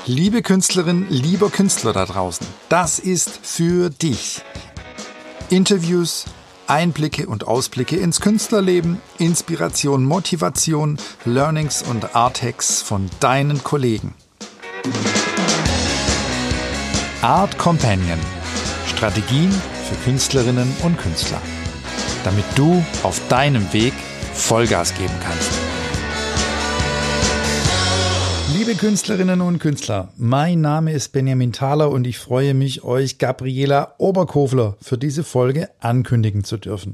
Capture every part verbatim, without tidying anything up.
Liebe Künstlerin, lieber Künstler da draußen, das ist für dich. Interviews, Einblicke und Ausblicke ins Künstlerleben, Inspiration, Motivation, Learnings und Art-Hacks von deinen Kollegen. Art Companion. Strategien für Künstlerinnen und Künstler. Damit du auf deinem Weg Vollgas geben kannst. Liebe Künstlerinnen und Künstler, mein Name ist Benjamin Thaler und ich freue mich, euch Gabriela Oberkofler für diese Folge ankündigen zu dürfen.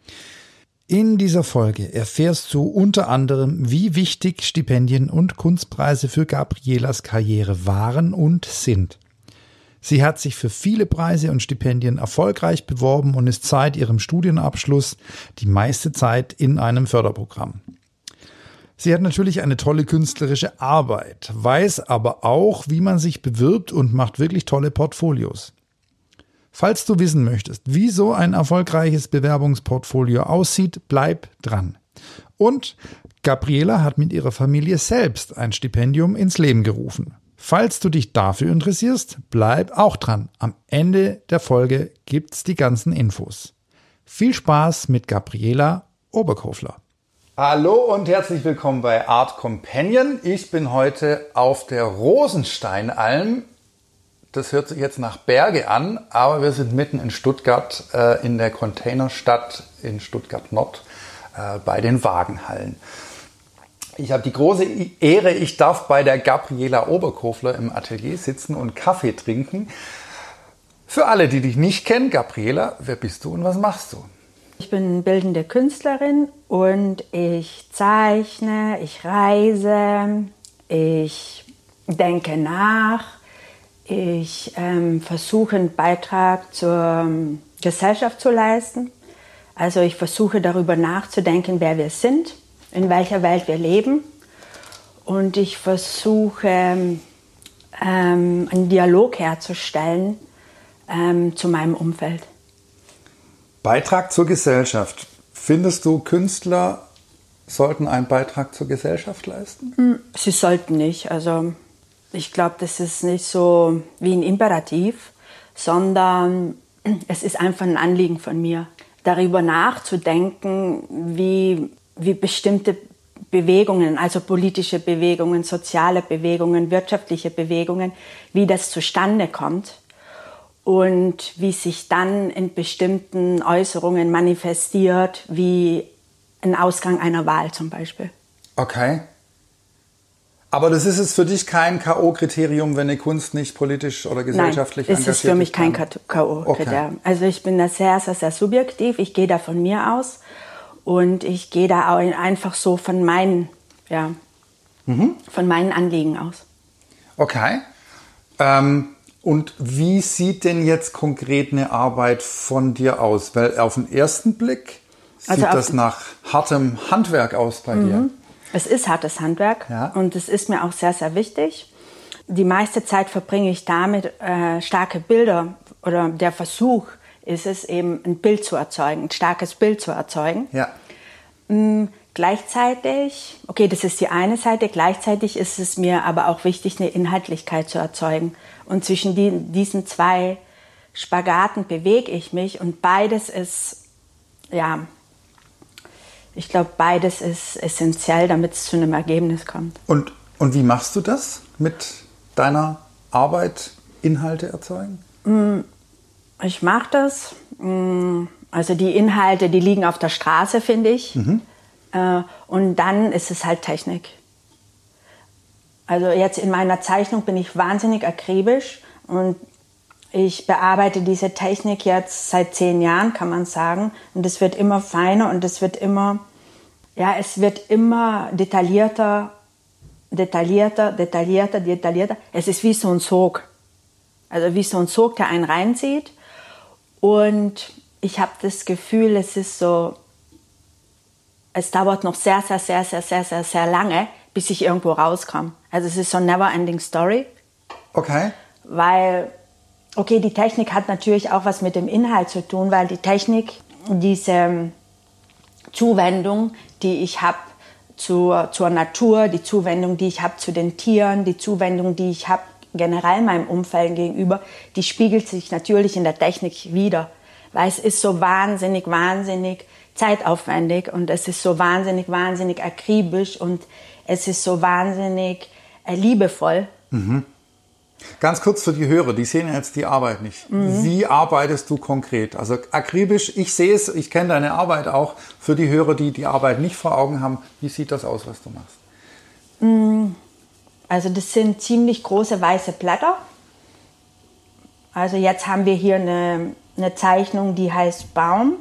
In dieser Folge erfährst du unter anderem, wie wichtig Stipendien und Kunstpreise für Gabrielas Karriere waren und sind. Sie hat sich für viele Preise und Stipendien erfolgreich beworben und ist seit ihrem Studienabschluss die meiste Zeit in einem Förderprogramm. Sie hat natürlich eine tolle künstlerische Arbeit, weiß aber auch, wie man sich bewirbt und macht wirklich tolle Portfolios. Falls du wissen möchtest, wie so ein erfolgreiches Bewerbungsportfolio aussieht, bleib dran. Und Gabriela hat mit ihrer Familie selbst ein Stipendium ins Leben gerufen. Falls du dich dafür interessierst, bleib auch dran. Am Ende der Folge gibt's die ganzen Infos. Viel Spaß mit Gabriela Oberkofler. Hallo und herzlich willkommen bei Art Companion. Ich bin heute auf der Rosensteinalm. Das hört sich jetzt nach Berge an, aber wir sind mitten in Stuttgart, äh, in der Containerstadt in Stuttgart Nord, äh, bei den Wagenhallen. Ich habe die große Ehre, ich darf bei der Gabriela Oberkofler im Atelier sitzen und Kaffee trinken. Für alle, die dich nicht kennen, Gabriela, wer bist du und was machst du? Ich bin bildende Künstlerin und ich zeichne, ich reise, ich denke nach, ich ähm, versuche einen Beitrag zur Gesellschaft zu leisten. Also ich versuche darüber nachzudenken, wer wir sind, in welcher Welt wir leben. Und ich versuche ähm, einen Dialog herzustellen ähm, zu meinem Umfeld. Beitrag zur Gesellschaft. Findest du, Künstler sollten einen Beitrag zur Gesellschaft leisten? Sie sollten nicht. Also ich glaube, das ist nicht so wie ein Imperativ, sondern es ist einfach ein Anliegen von mir, darüber nachzudenken, wie, wie bestimmte Bewegungen, also politische Bewegungen, soziale Bewegungen, wirtschaftliche Bewegungen, wie das zustande kommt. Und wie sich dann in bestimmten Äußerungen manifestiert, wie ein Ausgang einer Wahl zum Beispiel. Okay. Aber das ist es für dich kein K O-Kriterium, wenn eine Kunst nicht politisch oder gesellschaftlich Nein, engagiert ist? es ist für mich kein K O-Kriterium. Okay. Also ich bin da sehr, sehr, sehr subjektiv. Ich gehe da von mir aus und ich gehe da auch einfach so von meinen, ja, mhm. von meinen Anliegen aus. Okay. Ähm Und wie sieht denn jetzt konkret eine Arbeit von dir aus? Weil auf den ersten Blick sieht also das nach hartem Handwerk aus bei mhm. dir. Es ist hartes Handwerk, ja. Und es ist mir auch sehr, sehr wichtig. Die meiste Zeit verbringe ich damit, äh, starke Bilder, oder der Versuch ist es eben, ein Bild zu erzeugen, ein starkes Bild zu erzeugen. Ja. Mhm. Gleichzeitig, okay, das ist die eine Seite, gleichzeitig ist es mir aber auch wichtig, eine Inhaltlichkeit zu erzeugen. Und zwischen die, diesen zwei Spagaten bewege ich mich und beides ist, ja, ich glaube, beides ist essentiell, damit es zu einem Ergebnis kommt. Und, und wie machst du das mit deiner Arbeit, Inhalte erzeugen? Ich mache das, also die Inhalte, die liegen auf der Straße, finde ich. Mhm. Und dann ist es halt Technik. Also jetzt in meiner Zeichnung bin ich wahnsinnig akribisch und ich bearbeite diese Technik jetzt seit zehn Jahren, kann man sagen. Und es wird immer feiner und es wird immer, ja, es wird immer detaillierter, detaillierter, detaillierter, detaillierter. Es ist wie so ein Sog. Also wie so ein Sog, der einen reinzieht. Und ich habe das Gefühl, es ist so, es dauert noch sehr, sehr, sehr, sehr, sehr, sehr, sehr lange, bis ich irgendwo rauskomme. Also es ist so eine never-ending Story. Okay. Weil, okay, die Technik hat natürlich auch was mit dem Inhalt zu tun, weil die Technik, diese Zuwendung, die ich habe zur, zur Natur, die Zuwendung, die ich habe zu den Tieren, die Zuwendung, die ich habe generell meinem Umfeld gegenüber, die spiegelt sich natürlich in der Technik wider. Weil es ist so wahnsinnig, wahnsinnig zeitaufwendig und es ist so wahnsinnig, wahnsinnig akribisch und es ist so wahnsinnig äh, liebevoll. Mhm. Ganz kurz für die Hörer, die sehen jetzt die Arbeit nicht. Mhm. Wie arbeitest du konkret? Also akribisch, ich sehe es, ich kenne deine Arbeit auch. Für die Hörer, die die Arbeit nicht vor Augen haben, wie sieht das aus, was du machst? Also das sind ziemlich große weiße Blätter. Also jetzt haben wir hier eine, eine Zeichnung, die heißt Baum.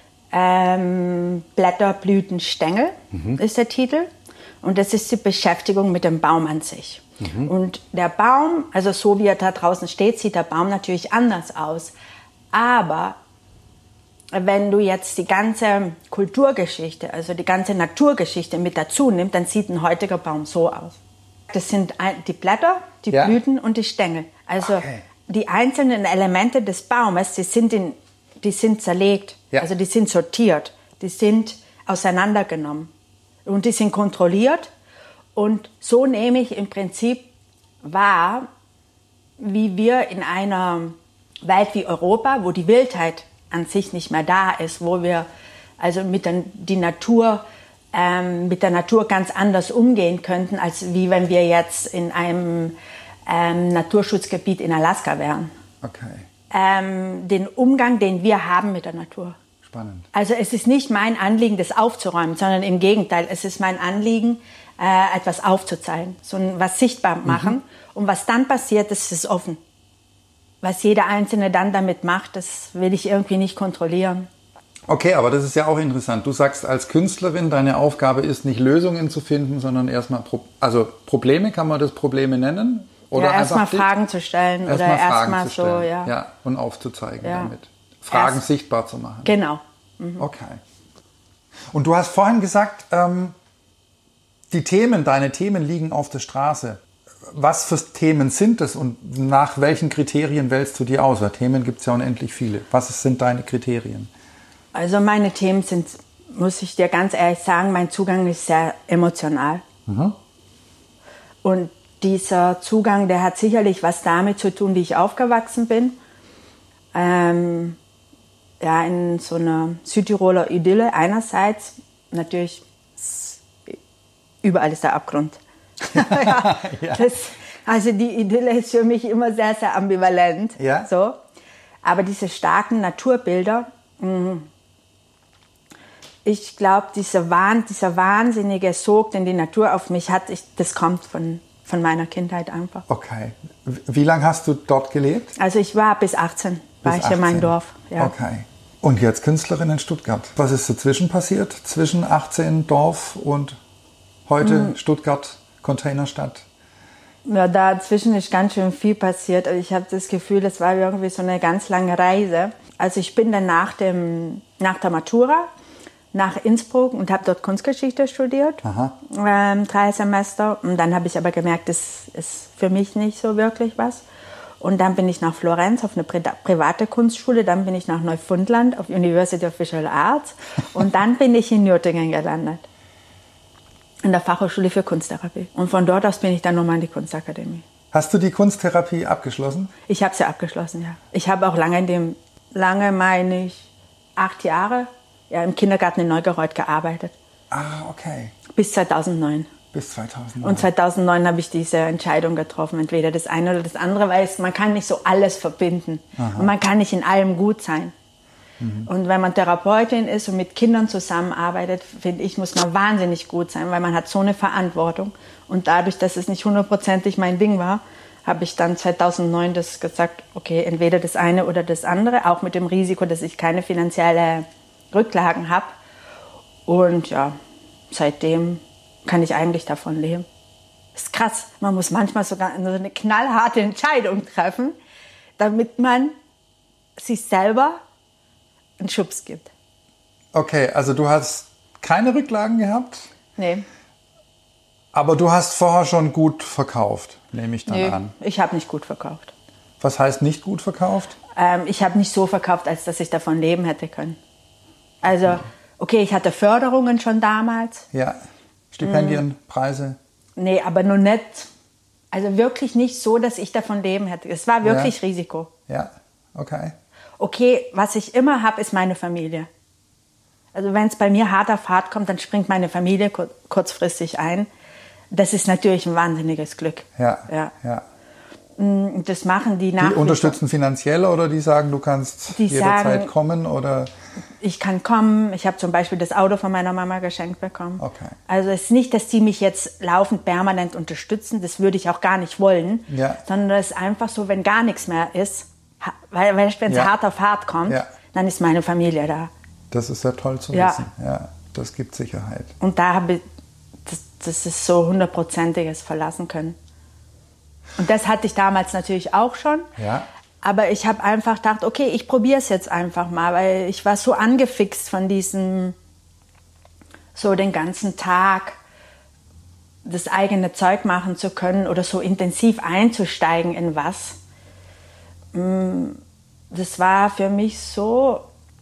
Ähm, Blätter, Blüten, Stängel mhm. ist der Titel. Und das ist die Beschäftigung mit dem Baum an sich. Mhm. Und der Baum, also so wie er da draußen steht, sieht der Baum natürlich anders aus. Aber wenn du jetzt die ganze Kulturgeschichte, also die ganze Naturgeschichte mit dazu nimmst, dann sieht ein heutiger Baum so aus. Das sind die Blätter, die ja. Blüten und die Stängel. Also okay. die einzelnen Elemente des Baumes, die sind, in, die sind zerlegt, ja. also die sind sortiert, die sind auseinandergenommen und die sind kontrolliert. Und so nehme ich im Prinzip wahr, wie wir in einer Welt wie Europa, wo die Wildheit an sich nicht mehr da ist, wo wir also mit der, die Natur, ähm, mit der Natur ganz anders umgehen könnten, als wie wenn wir jetzt in einem ähm, Naturschutzgebiet in Alaska wären. Okay. Ähm, den Umgang, den wir haben mit der Natur. Spannend. Also es ist nicht mein Anliegen, das aufzuräumen, sondern im Gegenteil, es ist mein Anliegen, äh, etwas aufzuzeigen, so ein, was sichtbar machen. Mhm. Und was dann passiert, das ist offen. Was jeder Einzelne dann damit macht, das will ich irgendwie nicht kontrollieren. Okay, aber das ist ja auch interessant. Du sagst als Künstlerin, deine Aufgabe ist nicht Lösungen zu finden, sondern erstmal, Pro- also Probleme, kann man das Probleme nennen? Oder ja, erstmal Fragen zu stellen erst oder erstmal zu so, stellen. ja. Ja, und aufzuzeigen ja. damit. Fragen Erst, sichtbar zu machen. Genau. Mhm. Okay. Und du hast vorhin gesagt, ähm, die Themen, deine Themen liegen auf der Straße. Was für Themen sind es und nach welchen Kriterien wählst du die aus? Weil Themen gibt es ja unendlich viele. Was sind deine Kriterien? Also meine Themen sind, muss ich dir ganz ehrlich sagen, mein Zugang ist sehr emotional. Mhm. Und dieser Zugang, der hat sicherlich was damit zu tun, wie ich aufgewachsen bin. Ähm, ja, in so einer Südtiroler Idylle einerseits, natürlich überall ist der Abgrund. ja, ja. Das, also die Idylle ist für mich immer sehr, sehr ambivalent. Ja. So. Aber diese starken Naturbilder, mh, ich glaube, dieser, Wahn, dieser wahnsinnige Sog, den die Natur auf mich hat, ich, das kommt von, von meiner Kindheit einfach. Okay. Wie lange hast du dort gelebt? Also ich war bis achtzehn, war bis ich in meinem Dorf. Ja. Okay. Und jetzt Künstlerin in Stuttgart. Was ist dazwischen passiert? Zwischen achtzehn Dorf und heute hm. Stuttgart, Containerstadt? Ja, dazwischen ist ganz schön viel passiert. Ich habe das Gefühl, das war irgendwie so eine ganz lange Reise. Also ich bin dann nach, dem, nach der Matura nach Innsbruck und habe dort Kunstgeschichte studiert, ähm, drei Semester. Und dann habe ich aber gemerkt, das ist für mich nicht so wirklich was. Und dann bin ich nach Florenz auf eine Pri- private Kunstschule, dann bin ich nach Neufundland auf University of Visual Arts und dann bin ich in Nürtingen gelandet, in der Fachhochschule für Kunsttherapie. Und von dort aus bin ich dann nochmal in die Kunstakademie. Hast du die Kunsttherapie abgeschlossen? Ich habe sie abgeschlossen, ja. Ich habe auch lange in dem, lange meine ich, acht Jahre ja, im Kindergarten in Neugereuth gearbeitet. Ah, okay. Bis zweitausendneun. Bis zweitausendneun. Und zweitausendneun habe ich diese Entscheidung getroffen, entweder das eine oder das andere, weil es, man kann nicht so alles verbinden. Aha. Und man kann nicht in allem gut sein. Mhm. Und wenn man Therapeutin ist und mit Kindern zusammenarbeitet, finde ich, muss man wahnsinnig gut sein, weil man hat so eine Verantwortung. Und dadurch, dass es nicht hundertprozentig mein Ding war, habe ich dann zweitausendneun das gesagt, okay, entweder das eine oder das andere, auch mit dem Risiko, dass ich keine finanzielle Rücklagen habe. Und ja, seitdem kann ich eigentlich davon leben. Das ist krass. Man muss manchmal sogar eine knallharte Entscheidung treffen, damit man sich selber einen Schubs gibt. Okay, also du hast keine Rücklagen gehabt? Nee. Aber du hast vorher schon gut verkauft, nehme ich dann nee, an. Ich habe nicht gut verkauft. Was heißt nicht gut verkauft? Ähm, ich habe nicht so verkauft, als dass ich davon leben hätte können. Also, okay, ich hatte Förderungen schon damals. Ja, Stipendien, mm. Preise? Nee, aber nur nicht Also wirklich nicht so, dass ich davon leben hätte. Es war wirklich Ja. Risiko. Ja, okay. Okay, was ich immer habe, ist meine Familie. Also wenn es bei mir hart auf hart kommt, dann springt meine Familie kur- kurzfristig ein. Das ist natürlich ein wahnsinniges Glück. Ja, Ja. ja. Mm, Das machen die nach. Die unterstützen finanziell oder die sagen, du kannst Die jederzeit sagen- kommen oder? Ich kann kommen. Ich habe zum Beispiel das Auto von meiner Mama geschenkt bekommen. Okay. Also es ist nicht, dass die mich jetzt laufend permanent unterstützen. Das würde ich auch gar nicht wollen. Ja. Sondern es ist einfach so, wenn gar nichts mehr ist, ha- weil wenn es Ja. hart auf hart kommt, Ja. dann ist meine Familie da. Das ist ja toll zu Ja. wissen. Ja, das gibt Sicherheit. Und da habe ich, das, das ist so hundertprozentiges Verlassen können. Und das hatte ich damals natürlich auch schon. Ja. Aber ich habe einfach gedacht, okay, ich probiere es jetzt einfach mal, weil ich war so angefixt von diesem, so den ganzen Tag das eigene Zeug machen zu können oder so intensiv einzusteigen in was. Das war für mich so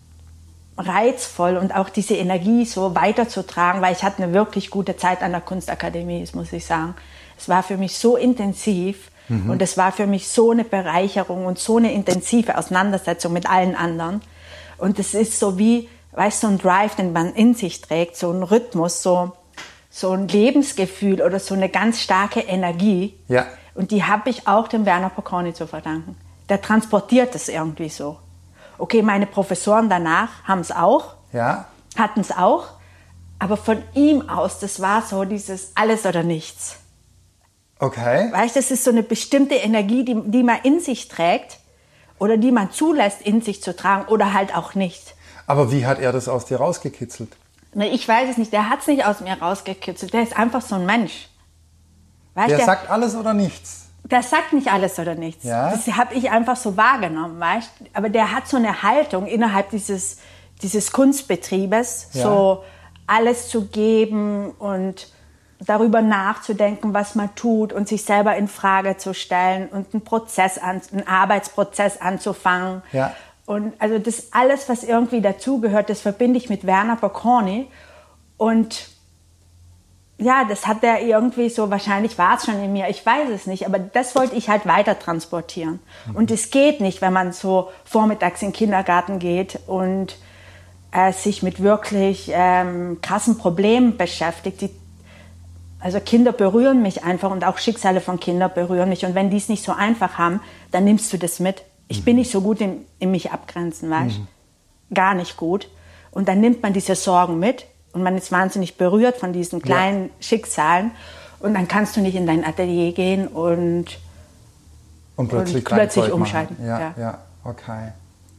reizvoll und auch diese Energie so weiterzutragen, weil ich hatte eine wirklich gute Zeit an der Kunstakademie, das muss ich sagen. Es war für mich so intensiv mhm. und es war für mich so eine Bereicherung und so eine intensive Auseinandersetzung mit allen anderen. Und es ist so wie, weißt du, so ein Drive, den man in sich trägt, so ein Rhythmus, so, so ein Lebensgefühl oder so eine ganz starke Energie. Ja. Und die habe ich auch dem Werner Pokorny zu verdanken. Der transportiert es irgendwie so. Okay, meine Professoren danach haben es auch, Ja. hatten es auch, aber von ihm aus, das war so dieses Alles oder Nichts. Okay. Weißt du, das ist so eine bestimmte Energie, die, die man in sich trägt oder die man zulässt, in sich zu tragen oder halt auch nicht. Aber wie hat er das aus dir rausgekitzelt? Ne, Ich weiß es nicht, der hat es nicht aus mir rausgekitzelt, der ist einfach so ein Mensch. Weißt, Der der, sagt alles oder nichts. der sagt nicht alles oder nichts. Ja. Das habe ich einfach so wahrgenommen, weißt? Aber der hat so eine Haltung innerhalb dieses, dieses Kunstbetriebes, Ja. so alles zu geben und darüber nachzudenken, was man tut und sich selber in Frage zu stellen und einen Prozess an, einen Arbeitsprozess anzufangen. Ja. Und also das alles, was irgendwie dazugehört, das verbinde ich mit Werner Pokorny. Und ja, das hat er irgendwie so, wahrscheinlich war es schon in mir, ich weiß es nicht, aber das wollte ich halt weiter transportieren. Mhm. Und es geht nicht, wenn man so vormittags in den Kindergarten geht und äh, sich mit wirklich ähm, krassen Problemen beschäftigt. Die, also Kinder berühren mich einfach und auch Schicksale von Kindern berühren mich. Und wenn die es nicht so einfach haben, dann nimmst du das mit. Ich mhm. bin nicht so gut im, in mich abgrenzen, weißt du? Mhm. Gar nicht gut. Und dann nimmt man diese Sorgen mit. Und man ist wahnsinnig berührt von diesen kleinen ja. Schicksalen. Und dann kannst du nicht in dein Atelier gehen und, und plötzlich, und plötzlich umschalten. Ja, ja, ja, okay.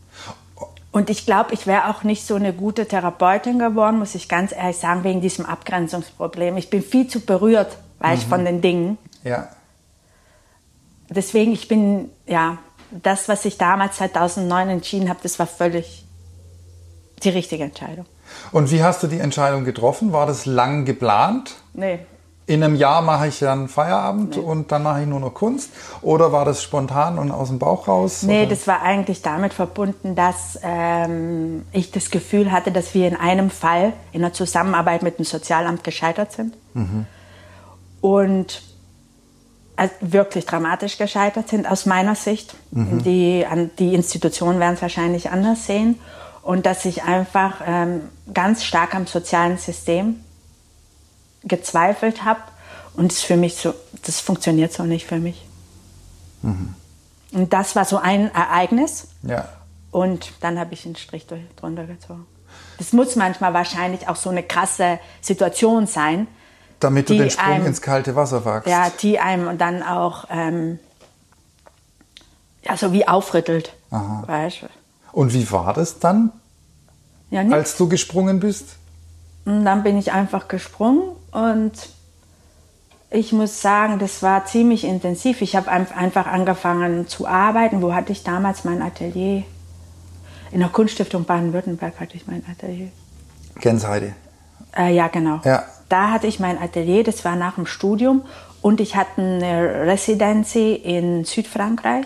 Und ich glaube, ich wäre auch nicht so eine gute Therapeutin geworden, muss ich ganz ehrlich sagen, wegen diesem Abgrenzungsproblem. Ich bin viel zu berührt, weißt, mhm. von den Dingen. Ja. Deswegen, ich bin, ja, das, was ich damals zweitausendneun entschieden habe, das war völlig die richtige Entscheidung. Und wie hast du die Entscheidung getroffen? War das lang geplant? Nee. In einem Jahr mache ich dann Feierabend nee. und dann mache ich nur noch Kunst? Oder war das spontan und aus dem Bauch raus? Nee, oder? das war eigentlich damit verbunden, dass ähm, ich das Gefühl hatte, dass wir in einem Fall in der Zusammenarbeit mit dem Sozialamt gescheitert sind. Mhm. Und also wirklich dramatisch gescheitert sind aus meiner Sicht. Mhm. Die, an, die Institutionen werden es wahrscheinlich anders sehen. Und dass ich einfach ähm, ganz stark am sozialen System gezweifelt habe. Und es für mich so, das funktioniert so nicht für mich. Mhm. Und das war so ein Ereignis. Ja. Und dann habe ich einen Strich durch, drunter gezogen. Das muss manchmal wahrscheinlich auch so eine krasse Situation sein. Damit du den Sprung einem, ins kalte Wasser wagst. Ja, die einem dann auch ähm, ja, so wie aufrüttelt. Aha. Weißt du? Und wie war das dann, ja, als du gesprungen bist? Und dann bin ich einfach gesprungen und ich muss sagen, das war ziemlich intensiv. Ich habe einfach angefangen zu arbeiten. Wo hatte ich damals mein Atelier? In der Kunststiftung Baden-Württemberg hatte ich mein Atelier. Gensheide. Äh, ja, genau. Ja. Da hatte ich mein Atelier, das war nach dem Studium. Und ich hatte eine Residency in Südfrankreich.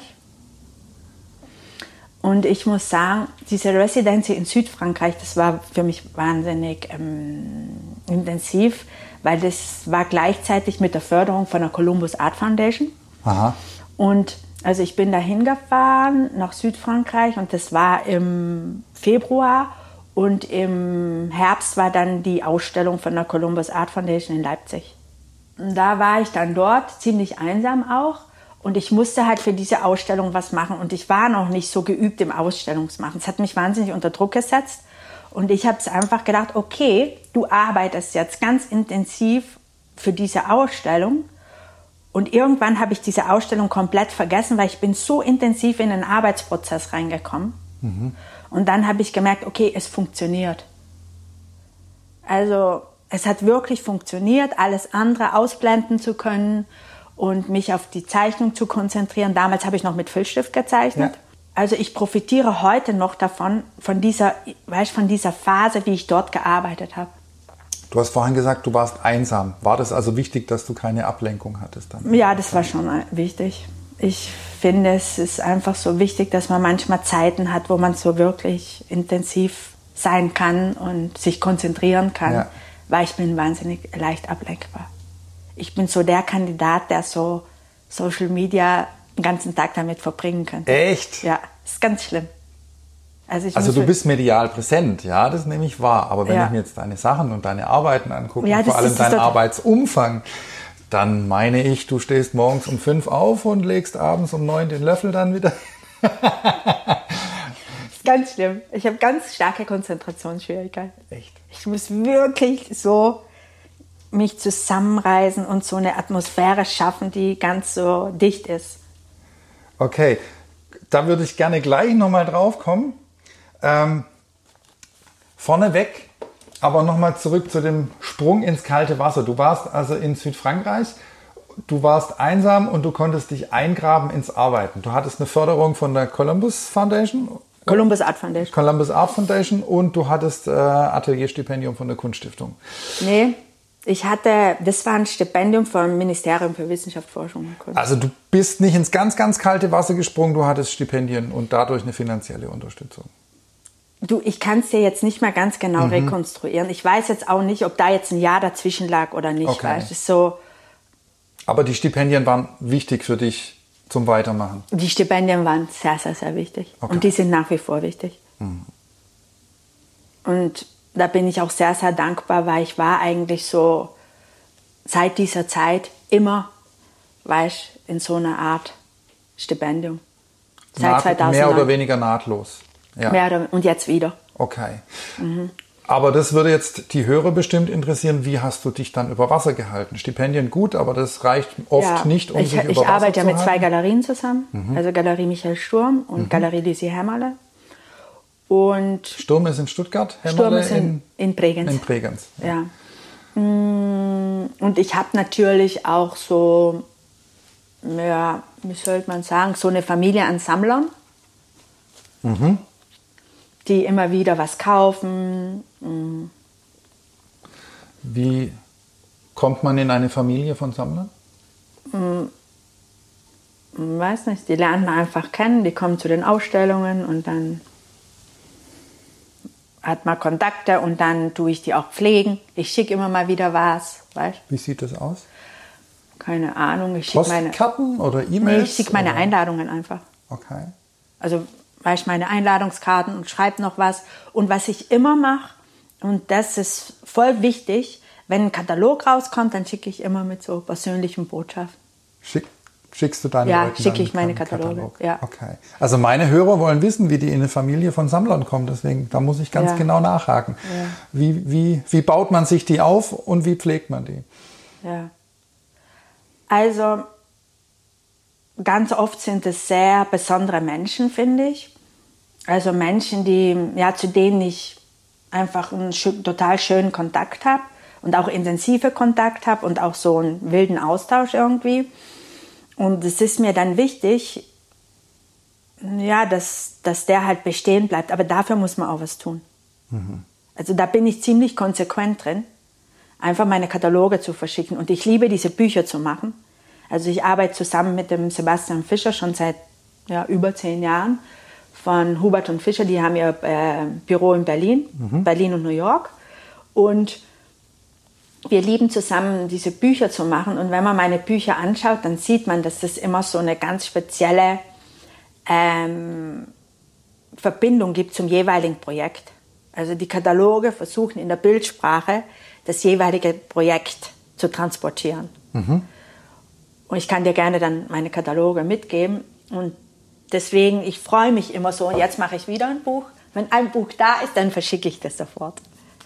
Und ich muss sagen, diese Residency in Südfrankreich, das war für mich wahnsinnig ähm, intensiv, weil das war gleichzeitig mit der Förderung von der Columbus Art Foundation. Aha. Und also ich bin da hingefahren nach Südfrankreich und das war im Februar und im Herbst war dann die Ausstellung von der Columbus Art Foundation in Leipzig. Und da war ich dann dort, ziemlich einsam auch. Und ich musste halt für diese Ausstellung was machen. Und ich war noch nicht so geübt im Ausstellungsmachen. Es hat mich wahnsinnig unter Druck gesetzt. Und ich habe es einfach gedacht, okay, du arbeitest jetzt ganz intensiv für diese Ausstellung. Und irgendwann habe ich diese Ausstellung komplett vergessen, weil ich bin so intensiv in den Arbeitsprozess reingekommen. Mhm. Und dann habe ich gemerkt, okay, es funktioniert. Also es hat wirklich funktioniert, alles andere ausblenden zu können und mich auf die Zeichnung zu konzentrieren. Damals habe ich noch mit Filzstift gezeichnet. Ja. Also ich profitiere heute noch davon, von dieser, weißt, von dieser Phase, wie ich dort gearbeitet habe. Du hast vorhin gesagt, du warst einsam. War das also wichtig, dass du keine Ablenkung hattest dann? Ja, das war schon wichtig. Ich finde, es ist einfach so wichtig, dass man manchmal Zeiten hat, wo man so wirklich intensiv sein kann und sich konzentrieren kann, ja. Weil ich bin wahnsinnig leicht ablenkbar. Ich bin so der Kandidat, der so Social Media den ganzen Tag damit verbringen könnte. Echt? Ja, das ist ganz schlimm. Also, ich also du bist medial präsent, ja, das nehme ich wahr. Aber wenn ja. ich mir jetzt deine Sachen und deine Arbeiten angucke, ja, und vor allem deinen Arbeitsumfang, dann meine ich, du stehst morgens um fünf auf und legst abends um neun den Löffel dann wieder. Das ist ganz schlimm. Ich habe ganz starke Konzentrationsschwierigkeiten. Echt? Ich muss wirklich so mich zusammenreißen und so eine Atmosphäre schaffen, die ganz so dicht ist. Okay, da würde ich gerne gleich nochmal drauf kommen. Ähm, vorneweg, aber nochmal zurück zu dem Sprung ins kalte Wasser. Du warst also in Südfrankreich, du warst einsam und du konntest dich eingraben ins Arbeiten. Du hattest eine Förderung von der Columbus Foundation. Columbus Art Foundation. Columbus Art Foundation und du hattest äh, Atelierstipendium von der Kunststiftung. Nee, ich hatte, das war ein Stipendium vom Ministerium für Wissenschaft, Forschung und Kunst. Also du bist nicht ins ganz, ganz kalte Wasser gesprungen, du hattest Stipendien und dadurch eine finanzielle Unterstützung. Du, ich kann es dir jetzt nicht mehr ganz genau mhm. rekonstruieren. Ich weiß jetzt auch nicht, ob da jetzt ein Jahr dazwischen lag oder nicht. Okay. Weißt? Das ist so, aber die Stipendien waren wichtig für dich zum Weitermachen? Die Stipendien waren sehr, sehr, sehr wichtig. Okay. Und die sind nach wie vor wichtig. Mhm. Und da bin ich auch sehr, sehr dankbar, weil ich war eigentlich so seit dieser Zeit immer, weißt, in so einer Art Stipendium. Seit Naht, zweitausend mehr oder weniger nahtlos. Ja. Mehr oder, und jetzt wieder. Okay. Mhm. Aber das würde jetzt die Hörer bestimmt interessieren, wie hast du dich dann über Wasser gehalten? Stipendien gut, aber das reicht oft ja, nicht, um ich, sich über ich Wasser zu halten. Ich arbeite ja mit zwei Galerien zusammen, mhm. also Galerie Michael Sturm und mhm. Galerie Lisi Hämmerle. Und Sturm ist in Stuttgart, Hämmerle Sturm ist in, in, in Bregenz. In Bregenz. Ja. ja. Und ich habe natürlich auch so, ja, wie sollte man sagen, so eine Familie an Sammlern, mhm. die immer wieder was kaufen. Wie kommt man in eine Familie von Sammlern? Ich weiß nicht, die lernt man einfach kennen, die kommen zu den Ausstellungen und dann hat man Kontakte und dann tue ich die auch pflegen. Ich schicke immer mal wieder was. Weißt? Wie sieht das aus? Keine Ahnung. Ich schicke meine Postkarten oder E-Mails? Nee, ich schicke meine oder? Einladungen einfach. Okay. Also weißt, meine Einladungskarten und schreibe noch was. Und was ich immer mache, und das ist voll wichtig, wenn ein Katalog rauskommt, dann schicke ich immer mit so persönlichen Botschaften. Schick, schickst du deine Ja, Leute schicke ich meine Kataloge. Katalog? Ja. Okay. Also meine Hörer wollen wissen, wie die in eine Familie von Sammlern kommen. Deswegen, da muss ich ganz ja. genau nachhaken. Ja. Wie, wie, wie baut man sich die auf und wie pflegt man die? Ja. Also ganz oft sind es sehr besondere Menschen, finde ich. Also Menschen, die, ja, zu denen ich einfach einen total schönen Kontakt habe und auch intensive Kontakt habe und auch so einen wilden Austausch irgendwie. Und es ist mir dann wichtig, ja, dass, dass der halt bestehen bleibt. Aber dafür muss man auch was tun. Mhm. Also da bin ich ziemlich konsequent drin, einfach meine Kataloge zu verschicken. Und ich liebe diese Bücher zu machen. Also ich arbeite zusammen mit dem Sebastian Fischer schon seit ja, über zehn Jahren von Hubert und Fischer. Die haben ihr, äh, Büro in Berlin, mhm. Berlin und New York. Und wir lieben zusammen, diese Bücher zu machen. Und wenn man meine Bücher anschaut, dann sieht man, dass es immer so eine ganz spezielle ähm, Verbindung gibt zum jeweiligen Projekt. Also die Kataloge versuchen in der Bildsprache das jeweilige Projekt zu transportieren. Mhm. Und ich kann dir gerne dann meine Kataloge mitgeben. Und deswegen, ich freue mich immer so. Und jetzt mache ich wieder ein Buch. Wenn ein Buch da ist, dann verschicke ich das sofort.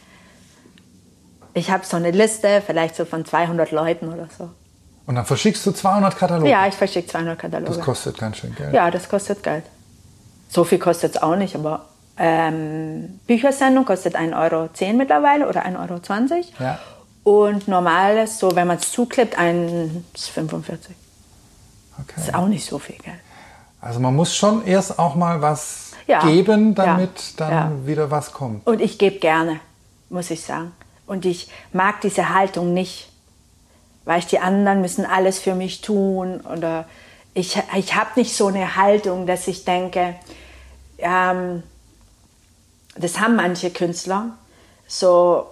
Ich habe so eine Liste, vielleicht so von zweihundert Leuten oder so. Und dann verschickst du zweihundert Kataloge? Ja, ich verschicke zweihundert Kataloge. Das kostet ganz schön Geld. Ja, das kostet Geld. So viel kostet es auch nicht, aber ähm, Büchersendung kostet ein Euro zehn mittlerweile oder ein Euro zwanzig. Ja. Und normales, so wenn man es zuklebt, eins fünfundvierzig. Okay. Das ist auch nicht so viel Geld. Also man muss schon erst auch mal was ja. geben, damit ja. dann ja. wieder was kommt. Und ich gebe gerne, muss ich sagen. Und ich mag diese Haltung nicht, weil ich die anderen müssen alles für mich tun. Oder ich, ich habe nicht so eine Haltung, dass ich denke, ähm, das haben manche Künstler, so,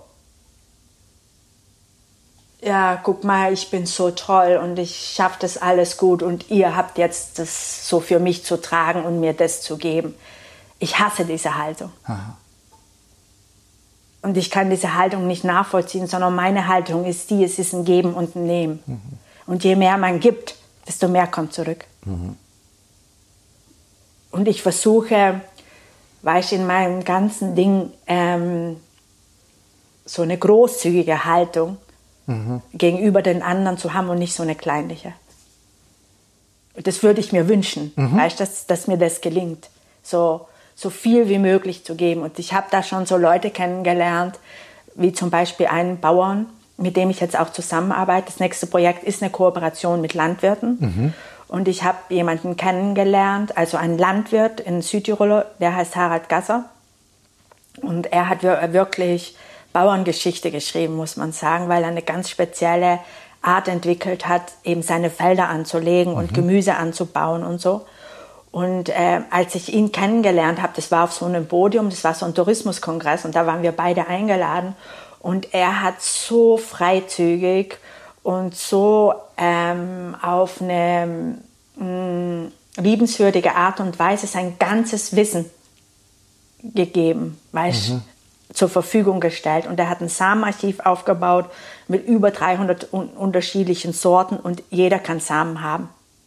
ja, guck mal, ich bin so toll und ich schaffe das alles gut und ihr habt jetzt das so für mich zu tragen und mir das zu geben. Ich hasse diese Haltung. Aha. Und ich kann diese Haltung nicht nachvollziehen, sondern meine Haltung ist die, es ist ein Geben und ein Nehmen. Mhm. Und je mehr man gibt, desto mehr kommt zurück. Mhm. Und ich versuche, weißt du, in meinem ganzen Ding ähm, so eine großzügige Haltung mhm. gegenüber den anderen zu haben und nicht so eine kleinliche. Und das würde ich mir wünschen, mhm. weißt, dass, dass mir das gelingt, so, so viel wie möglich zu geben. Und ich habe da schon so Leute kennengelernt, wie zum Beispiel einen Bauern, mit dem ich jetzt auch zusammenarbeite. Das nächste Projekt ist eine Kooperation mit Landwirten. Mhm. Und ich habe jemanden kennengelernt, also einen Landwirt in Südtirol, der heißt Harald Gasser. Und er hat wirklich Bauerngeschichte geschrieben, muss man sagen, weil er eine ganz spezielle Art entwickelt hat, eben seine Felder anzulegen mhm. und Gemüse anzubauen und so. Und äh, als ich ihn kennengelernt habe, das war auf so einem Podium, das war so ein Tourismuskongress und da waren wir beide eingeladen. Und er hat so freizügig und so ähm, auf eine mh, liebenswürdige Art und Weise sein ganzes Wissen gegeben, weißt, mhm. zur Verfügung gestellt. Und er hat ein Samenarchiv aufgebaut mit über dreihundert un- unterschiedlichen Sorten und jeder kann Samen haben.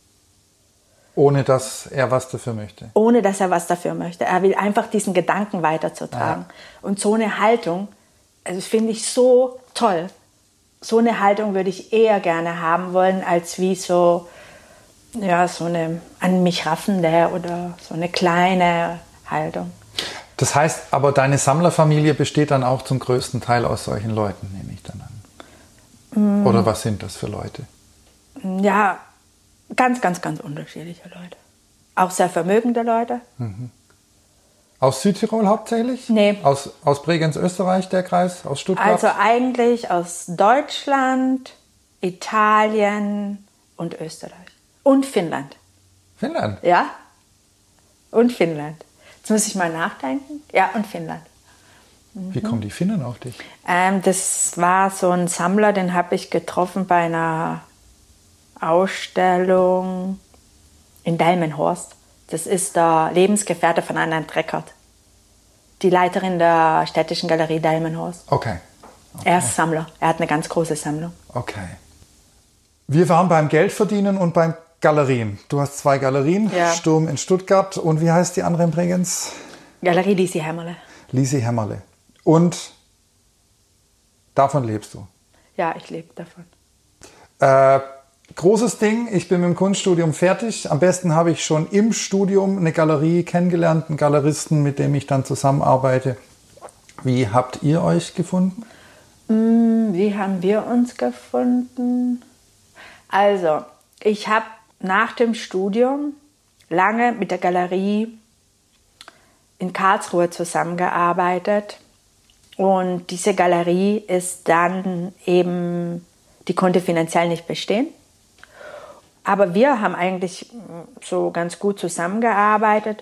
Ohne dass er was dafür möchte? Ohne dass er was dafür möchte. Er will einfach diesen Gedanken weiterzutragen. Ja. Und so eine Haltung, also finde ich so toll. So eine Haltung würde ich eher gerne haben wollen, als wie so, ja, so eine an mich raffende oder so eine kleine Haltung. Das heißt, aber deine Sammlerfamilie besteht dann auch zum größten Teil aus solchen Leuten, nehme ich dann an. Mm. Oder was sind das für Leute? Ja, ganz, ganz, ganz unterschiedliche Leute. Auch sehr vermögende Leute. Mhm. Aus Südtirol hauptsächlich? Nee. Aus, aus Bregenz, Österreich, der Kreis? Aus Stuttgart? Also eigentlich aus Deutschland, Italien und Österreich. Und Finnland. Finnland? Ja. Und Finnland. Jetzt muss ich mal nachdenken. Ja, und Finnland. Mhm. Wie kommen die Finnen auf dich? Ähm, das war so ein Sammler, den habe ich getroffen bei einer Ausstellung in Delmenhorst. Das ist der Lebensgefährte von Anna Treckert, die Leiterin der Städtischen Galerie Delmenhorst. Okay. okay. Er ist Sammler. Er hat eine ganz große Sammlung. Okay. Wir waren beim Geldverdienen und beim Galerien. Du hast zwei Galerien, ja. Sturm in Stuttgart und wie heißt die andere in Bregenz? Galerie Lisi Hämmerle. Lisi Hämmerle. Und davon lebst du? Ja, ich lebe davon. Äh, großes Ding, ich bin mit dem Kunststudium fertig. Am besten habe ich schon im Studium eine Galerie kennengelernt, einen Galeristen, mit dem ich dann zusammenarbeite. Wie habt ihr euch gefunden? Wie haben wir uns gefunden? Also, ich habe nach dem Studium lange mit der Galerie in Karlsruhe zusammengearbeitet. Und diese Galerie ist dann eben, die konnte finanziell nicht bestehen. Aber wir haben eigentlich so ganz gut zusammengearbeitet.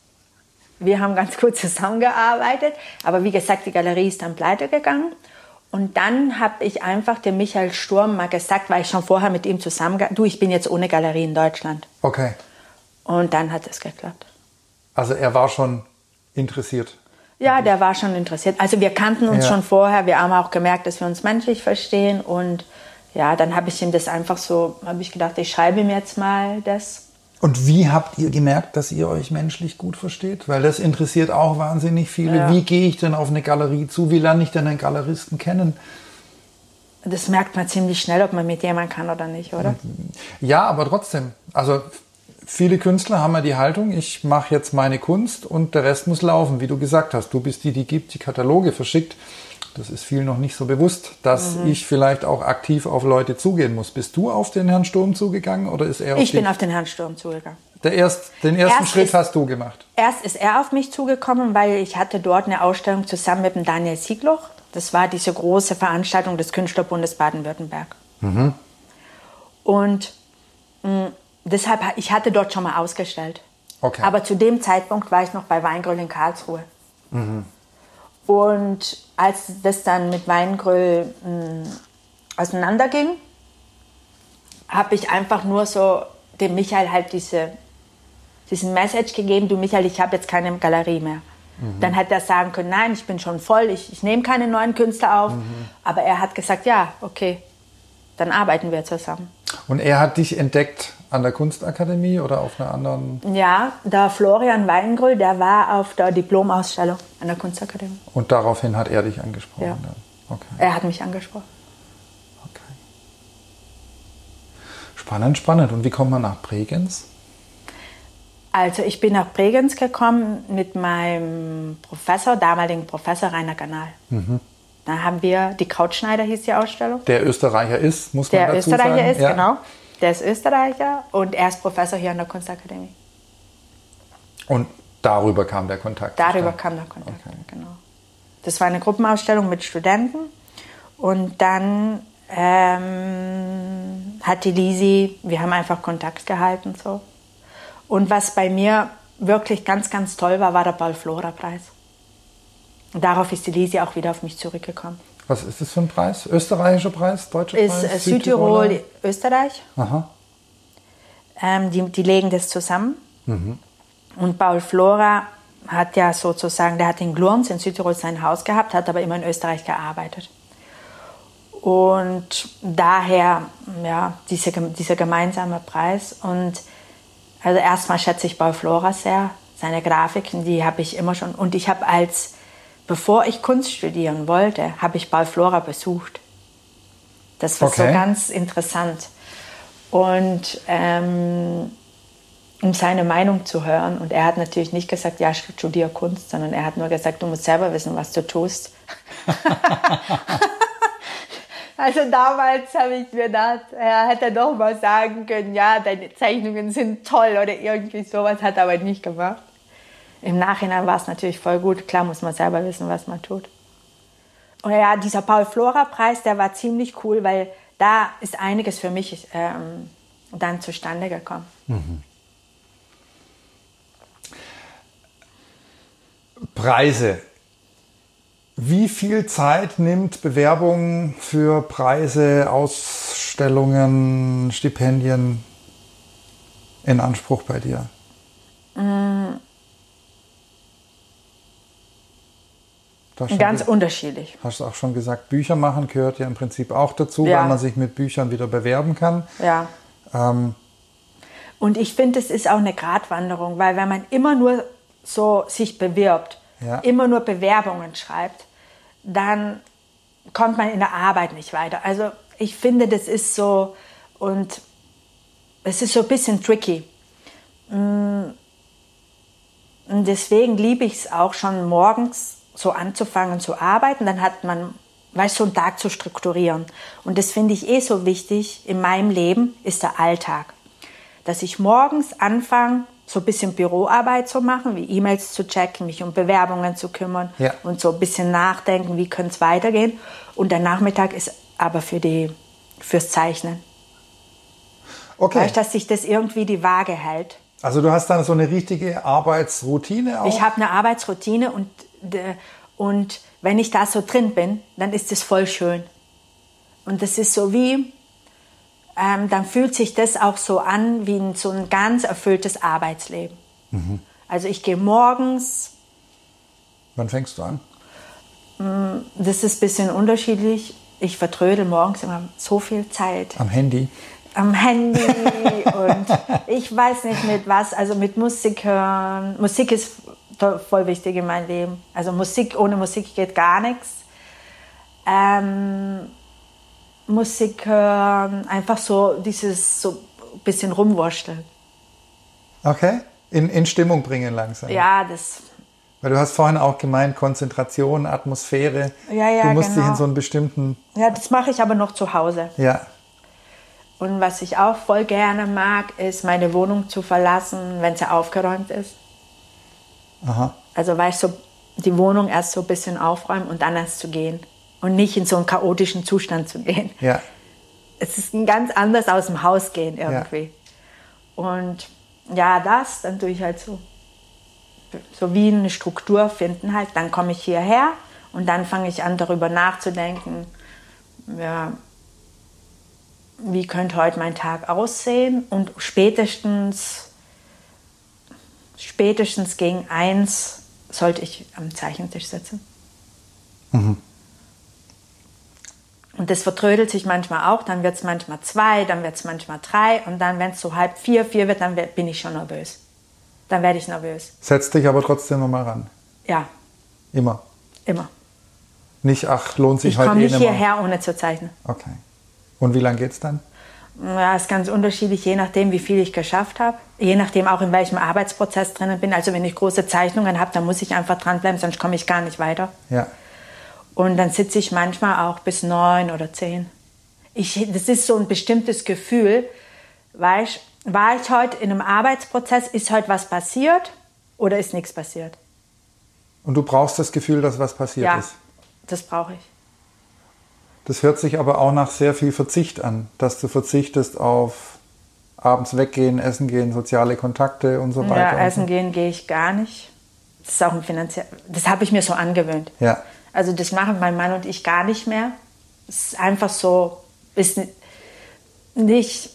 Wir haben ganz gut zusammengearbeitet. Aber wie gesagt, die Galerie ist dann pleite gegangen. Und dann habe ich einfach dem Michael Sturm mal gesagt, weil ich schon vorher mit ihm zusammen, du, ich bin jetzt ohne Galerie in Deutschland. Okay. Und dann hat es geklappt. Also er war schon interessiert? Ja, der war schon interessiert. Also wir kannten uns ja. schon vorher. Wir haben auch gemerkt, dass wir uns menschlich verstehen. Und ja, dann habe ich ihm das einfach so, habe ich gedacht, ich schreibe ihm jetzt mal das. Und wie habt ihr gemerkt, dass ihr euch menschlich gut versteht? Weil das interessiert auch wahnsinnig viele. Ja. Wie gehe ich denn auf eine Galerie zu? Wie lerne ich denn einen Galeristen kennen? Das merkt man ziemlich schnell, ob man mit jemandem kann oder nicht, oder? Ja, aber trotzdem. Also viele Künstler haben ja die Haltung, ich mache jetzt meine Kunst und der Rest muss laufen, wie du gesagt hast. Du bist die, die gibt, die Kataloge verschickt. Das ist vielen noch nicht so bewusst, dass mhm. ich vielleicht auch aktiv auf Leute zugehen muss. Bist du auf den Herrn Sturm zugegangen oder ist er auf Ich die... bin auf den Herrn Sturm zugegangen. Der erst, den ersten erst Schritt ist, hast du gemacht? Erst ist er auf mich zugekommen, weil ich hatte dort eine Ausstellung zusammen mit dem Daniel Siegloch. Das war diese große Veranstaltung des Künstlerbundes Baden-Württemberg. Mhm. Und mh, deshalb, ich hatte dort schon mal ausgestellt. Okay. Aber zu dem Zeitpunkt war ich noch bei Weingröll in Karlsruhe. Mhm. Und als das dann mit Weingröll mh, auseinanderging, habe ich einfach nur so dem Michael halt diese, diesen Message gegeben, du Michael, ich habe jetzt keine Galerie mehr. Mhm. Dann hätte er sagen können, nein, ich bin schon voll, ich, ich nehme keine neuen Künstler auf. Mhm. Aber er hat gesagt, ja, okay, dann arbeiten wir zusammen. Und er hat dich entdeckt an der Kunstakademie oder auf einer anderen? Ja, der Florian Weingröll, der war auf der Diplomausstellung an der Kunstakademie. Und daraufhin hat er dich angesprochen? Ja. Okay. Er hat mich angesprochen. Okay. Spannend, spannend. Und wie kommt man nach Bregenz? Also ich bin nach Bregenz gekommen mit meinem Professor, damaligen Professor Rainer Ganal. Mhm. Da haben wir, die Krautschneider hieß die Ausstellung. Der Österreicher ist, muss man der dazu sagen. Der Österreicher ist, ja. genau. Der ist Österreicher und er ist Professor hier an der Kunstakademie. Und darüber kam der Kontakt? Darüber kam der Kontakt, okay. Genau. Das war eine Gruppenausstellung mit Studenten. Und dann ähm, hat die Lisi, wir haben einfach Kontakt gehalten. So. Und was bei mir wirklich ganz, ganz toll war, war der Paul-Flora-Preis. Und darauf ist die Lisi auch wieder auf mich zurückgekommen. Was ist das für ein Preis? Österreichischer Preis? Deutscher ist, Preis? Ist Südtirol, Österreich. Aha. Ähm, die, die legen das zusammen. Mhm. Und Paul Flora hat ja sozusagen, der hat in Glurns in Südtirol sein Haus gehabt, hat aber immer in Österreich gearbeitet. Und daher, ja, diese, dieser gemeinsame Preis. Und also erstmal schätze ich Paul Flora sehr. Seine Grafiken, die habe ich immer schon. Und ich habe als Bevor ich Kunst studieren wollte, habe ich Paul Flora besucht. Das war okay. So ganz interessant. Und ähm, um seine Meinung zu hören. Und er hat natürlich nicht gesagt, ja, ich studiere Kunst, sondern er hat nur gesagt, du musst selber wissen, was du tust. Also damals habe ich mir gedacht, er hätte doch mal sagen können, ja, deine Zeichnungen sind toll oder irgendwie sowas, hat er aber nicht gemacht. Im Nachhinein war es natürlich voll gut. Klar muss man selber wissen, was man tut. Und ja, dieser Paul-Flora-Preis, der war ziemlich cool, weil da ist einiges für mich ähm, dann zustande gekommen. Mhm. Preise. Wie viel Zeit nimmt Bewerbung für Preise, Ausstellungen, Stipendien in Anspruch bei dir? Mhm. Ganz ge- unterschiedlich. Hast du auch schon gesagt, Bücher machen gehört ja im Prinzip auch dazu, ja. weil man sich mit Büchern wieder bewerben kann. Ja. Ähm. Und ich finde, es ist auch eine Gratwanderung, weil wenn man immer nur so sich bewirbt, ja. immer nur Bewerbungen schreibt, dann kommt man in der Arbeit nicht weiter. Also ich finde, das ist so, und es ist so ein bisschen tricky. Und deswegen liebe ich es auch schon morgens, so anzufangen zu arbeiten, dann hat man, weißt du, so einen Tag zu strukturieren. Und das finde ich eh so wichtig in meinem Leben, ist der Alltag. Dass ich morgens anfange, so ein bisschen Büroarbeit zu machen, wie E-Mails zu checken, mich um Bewerbungen zu kümmern ja. und so ein bisschen nachdenken, wie könnte es weitergehen. Und der Nachmittag ist aber für die, fürs Zeichnen. Okay. Weißt du, dass sich das irgendwie die Waage hält. Also du hast dann so eine richtige Arbeitsroutine auch? Ich habe eine Arbeitsroutine und Und wenn ich da so drin bin, dann ist es voll schön. Und das ist so wie, ähm, dann fühlt sich das auch so an wie ein, so ein ganz erfülltes Arbeitsleben. Mhm. Also ich gehe morgens. Wann fängst du an? Das ist ein bisschen unterschiedlich. Ich vertrödel morgens immer so viel Zeit. Am Handy? Am Handy und ich weiß nicht mit was, also mit Musik hören. Musik ist voll wichtig in meinem Leben. Also Musik, ohne Musik geht gar nichts. Ähm, Musik hören, einfach so dieses so ein bisschen rumwurschteln. Okay, in, in Stimmung bringen langsam. Ja, das... Weil du hast vorhin auch gemeint, Konzentration, Atmosphäre. Ja, ja, du musst genau. dich in so einen bestimmten... Ja, das mache ich aber noch zu Hause. Ja. Und was ich auch voll gerne mag, ist, meine Wohnung zu verlassen, wenn sie aufgeräumt ist. Aha. Also, weißt du, die Wohnung erst so ein bisschen aufräumen und dann erst zu gehen. Und nicht in so einen chaotischen Zustand zu gehen. Ja. Es ist ein ganz anders aus dem Haus gehen irgendwie. Ja. Und ja, das, dann tue ich halt so. So wie eine Struktur finden halt. Dann komme ich hierher und dann fange ich an, darüber nachzudenken, ja, wie könnte heute mein Tag aussehen? Und spätestens, spätestens gegen eins sollte ich am Zeichentisch sitzen. Mhm. Und das vertrödelt sich manchmal auch. Dann wird es manchmal zwei, dann wird es manchmal drei. Und dann, wenn es so halb vier, vier wird, dann bin ich schon nervös. Dann werde ich nervös. Setz dich aber trotzdem nochmal ran. Ja. Immer? Immer. Nicht, ach, lohnt sich ich heute eh nicht Ich komme nicht hierher, ohne zu zeichnen. Okay. Und wie lange geht's dann? Ja, ist ganz unterschiedlich, je nachdem, wie viel ich geschafft habe. Je nachdem auch, in welchem Arbeitsprozess drinnen bin. Also wenn ich große Zeichnungen habe, dann muss ich einfach dranbleiben, sonst komme ich gar nicht weiter. Ja. Und dann sitze ich manchmal auch bis neun oder zehn. Ich, das ist so ein bestimmtes Gefühl, weißt, war ich heute in einem Arbeitsprozess, ist heute was passiert oder ist nichts passiert? Und du brauchst das Gefühl, dass was passiert ja, ist? Ja, das brauche ich. Das hört sich aber auch nach sehr viel Verzicht an, dass du verzichtest auf abends weggehen, essen gehen, soziale Kontakte und so weiter. Ja, essen so. gehen gehe ich gar nicht. Das ist auch ein finanziell. Das habe ich mir so angewöhnt. Ja. Also das machen mein Mann und ich gar nicht mehr. Es ist einfach so, ist nicht,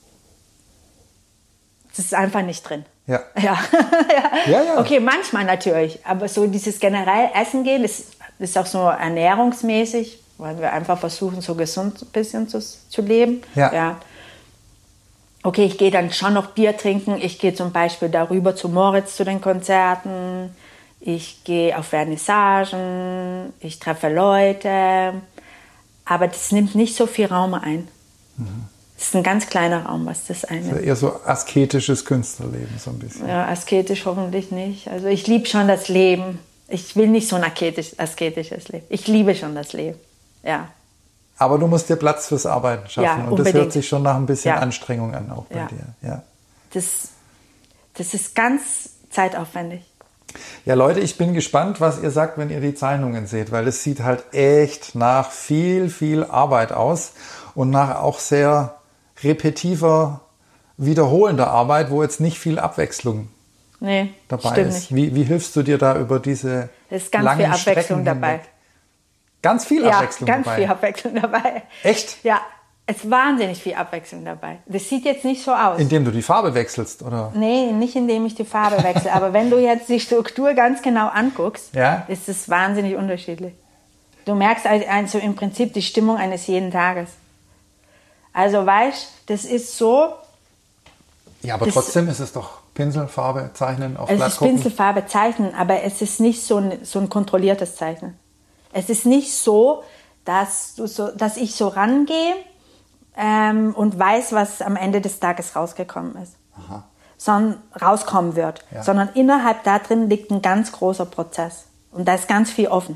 das ist einfach nicht drin. Ja. Ja. ja, ja. Okay, manchmal natürlich, aber so dieses generell Essen gehen, das ist auch so ernährungsmäßig, weil wir einfach versuchen, so gesund ein bisschen zu, zu leben. Ja. Ja. Okay, ich gehe dann schon noch Bier trinken. Ich gehe zum Beispiel darüber zu Moritz zu den Konzerten. Ich gehe auf Vernissagen. Ich treffe Leute. Aber das nimmt nicht so viel Raum ein. Mhm. Das ist ein ganz kleiner Raum, was das einnimmt. Also eher so asketisches Künstlerleben so ein bisschen. Ja, asketisch hoffentlich nicht. Also ich liebe schon das Leben. Ich will nicht so ein asketisch, asketisches Leben. Ich liebe schon das Leben. Ja. Aber du musst dir Platz fürs Arbeiten schaffen. Ja, und unbedingt. Das hört sich schon nach ein bisschen ja. Anstrengung an, auch bei ja. dir. Ja. Das, das ist ganz zeitaufwendig. Ja, Leute, ich bin gespannt, was ihr sagt, wenn ihr die Zeichnungen seht, weil es sieht halt echt nach viel, viel Arbeit aus und nach auch sehr repetitiver, wiederholender Arbeit, wo jetzt nicht viel Abwechslung nee, dabei ist. Nicht. Wie, wie hilfst du dir da über diese Es ist ganz langen viel Abwechslung Strecken dabei. hinweg? Ganz viel ja, Abwechslung ganz dabei? viel Abwechslung dabei. Echt? Ja, es ist wahnsinnig viel Abwechslung dabei. Das sieht jetzt nicht so aus. Indem du die Farbe wechselst, oder? Nee, nicht indem ich die Farbe wechsle. Aber wenn du jetzt die Struktur ganz genau anguckst, ja? ist es wahnsinnig unterschiedlich. Du merkst also im Prinzip die Stimmung eines jeden Tages. Also weißt, das ist so... Ja, aber das, trotzdem ist es doch Pinselfarbe zeichnen auf Es Blatt ist gucken. Pinselfarbe zeichnen, aber es ist nicht so ein, so ein kontrolliertes Zeichnen. Es ist nicht so, dass, du so, dass ich so rangehe ähm, und weiß, was am Ende des Tages rausgekommen ist. Aha. Sondern rauskommen wird. Ja. Sondern innerhalb da drin liegt ein ganz großer Prozess. Und da ist ganz viel offen.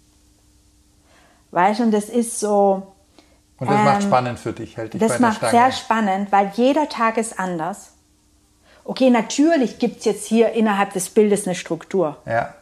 Weißt du, und das ist so... Und das ähm, macht spannend für dich, hält dich bei Das der macht Stange. sehr spannend, weil jeder Tag ist anders. Okay, natürlich gibt es jetzt hier innerhalb des Bildes eine Struktur. Ja.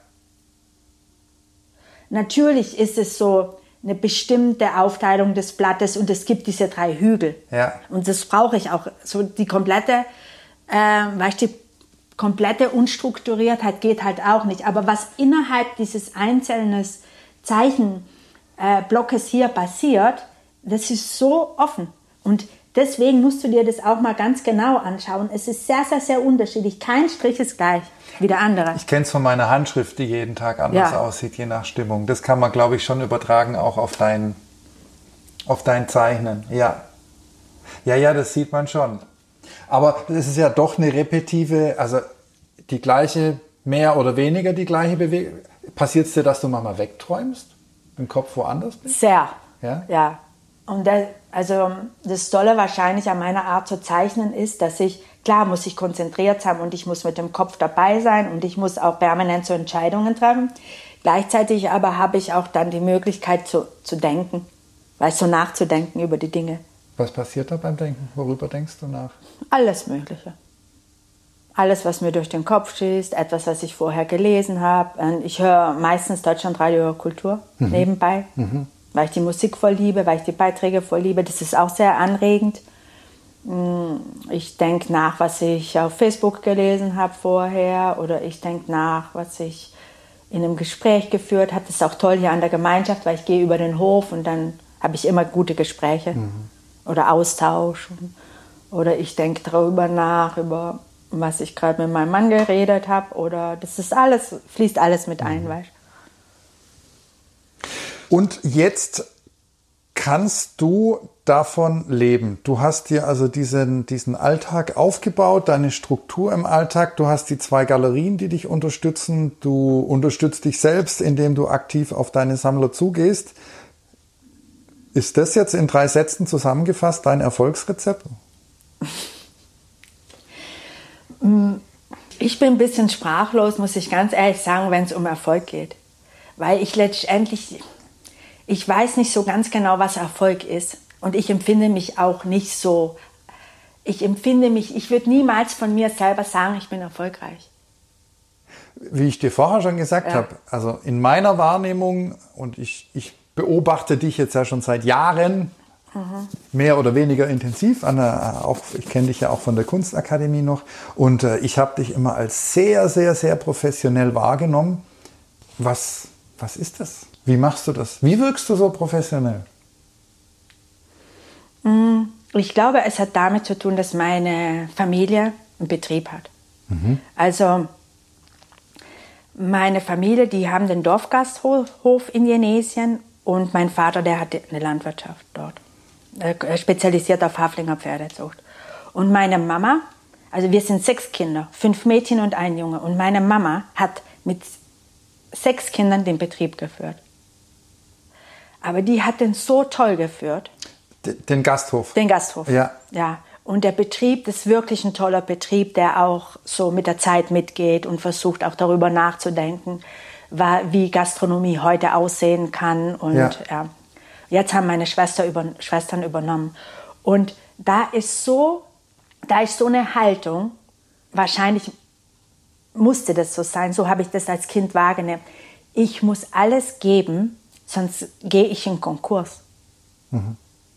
Natürlich ist es so eine bestimmte Aufteilung des Blattes und es gibt diese drei Hügel. Ja. Und das brauche ich auch. So die komplette, äh, weißt du, die komplette Unstrukturiertheit geht halt auch nicht. Aber was innerhalb dieses einzelnen Zeichenblocks hier passiert, das ist so offen. Und deswegen musst du dir das auch mal ganz genau anschauen. Es ist sehr, sehr, sehr unterschiedlich. Kein Strich ist gleich wie der andere. Ich kenne es von meiner Handschrift, die jeden Tag anders ja. aussieht, je nach Stimmung. Das kann man, glaube ich, schon übertragen auch auf dein, auf dein Zeichnen. Ja. ja, ja, das sieht man schon. Aber es ist ja doch eine repetitive, also die gleiche, mehr oder weniger die gleiche Bewegung. Passiert es dir, dass du manchmal wegträumst? Im Kopf woanders bist? Sehr. Ja. ja. Und das, also das Tolle wahrscheinlich an meiner Art zu zeichnen ist, dass ich, klar muss ich konzentriert sein und ich muss mit dem Kopf dabei sein und ich muss auch permanent so Entscheidungen treffen. Gleichzeitig aber habe ich auch dann die Möglichkeit zu, zu denken, weißt, so nachzudenken über die Dinge. Was passiert da beim Denken? Worüber denkst du nach? Alles Mögliche. Alles, was mir durch den Kopf schießt, etwas, was ich vorher gelesen habe. Ich höre meistens Deutschlandradio Kultur mhm. nebenbei. Mhm. Weil ich die Musik voll liebe, weil ich die Beiträge voll liebe. Das ist auch sehr anregend. Ich denke nach, was ich auf Facebook gelesen habe vorher. Oder ich denke nach, was ich in einem Gespräch geführt habe. Das ist auch toll hier an der Gemeinschaft, weil ich gehe über den Hof und dann habe ich immer gute Gespräche mhm. oder Austausch. Oder ich denke darüber nach, über was ich gerade mit meinem Mann geredet habe. Oder das ist alles, fließt alles mit ein, mhm. weißt du. Und jetzt kannst du davon leben. Du hast dir also diesen, diesen Alltag aufgebaut, deine Struktur im Alltag. Du hast die zwei Galerien, die dich unterstützen. Du unterstützt dich selbst, indem du aktiv auf deine Sammler zugehst. Ist das jetzt in drei Sätzen zusammengefasst dein Erfolgsrezept? Ich bin ein bisschen sprachlos, muss ich ganz ehrlich sagen, wenn es um Erfolg geht. Weil ich letztendlich... Ich weiß nicht so ganz genau, was Erfolg ist. Und ich empfinde mich auch nicht so. Ich empfinde mich, ich würde niemals von mir selber sagen, ich bin erfolgreich. Wie ich dir vorher schon gesagt ja. habe, also in meiner Wahrnehmung, und ich, ich beobachte dich jetzt ja schon seit Jahren, mhm. mehr oder weniger intensiv, an der, auch, ich kenne dich ja auch von der Kunstakademie noch, und äh, ich habe dich immer als sehr, sehr, sehr professionell wahrgenommen. Was, was ist das? Wie machst du das? Wie wirkst du so professionell? Ich glaube, es hat damit zu tun, dass meine Familie einen Betrieb hat. Mhm. Also meine Familie, die haben den Dorfgasthof in Jenesien und mein Vater, der hat eine Landwirtschaft dort. Er spezialisiert auf Haflinger Pferdezucht. Und meine Mama, also wir sind sechs Kinder, fünf Mädchen und ein Junge. Und meine Mama hat mit sechs Kindern den Betrieb geführt. Aber die hat den so toll geführt. Den Gasthof? Den Gasthof, ja. ja. Und der Betrieb, das ist wirklich ein toller Betrieb, der auch so mit der Zeit mitgeht und versucht auch darüber nachzudenken, wie Gastronomie heute aussehen kann. Und ja. Ja, jetzt haben meine Schwester über, Schwestern übernommen. Und da ist so, da ist so eine Haltung, wahrscheinlich musste das so sein, so habe ich das als Kind wahrgenommen. Ich muss alles geben, sonst gehe ich in Konkurs. Mhm.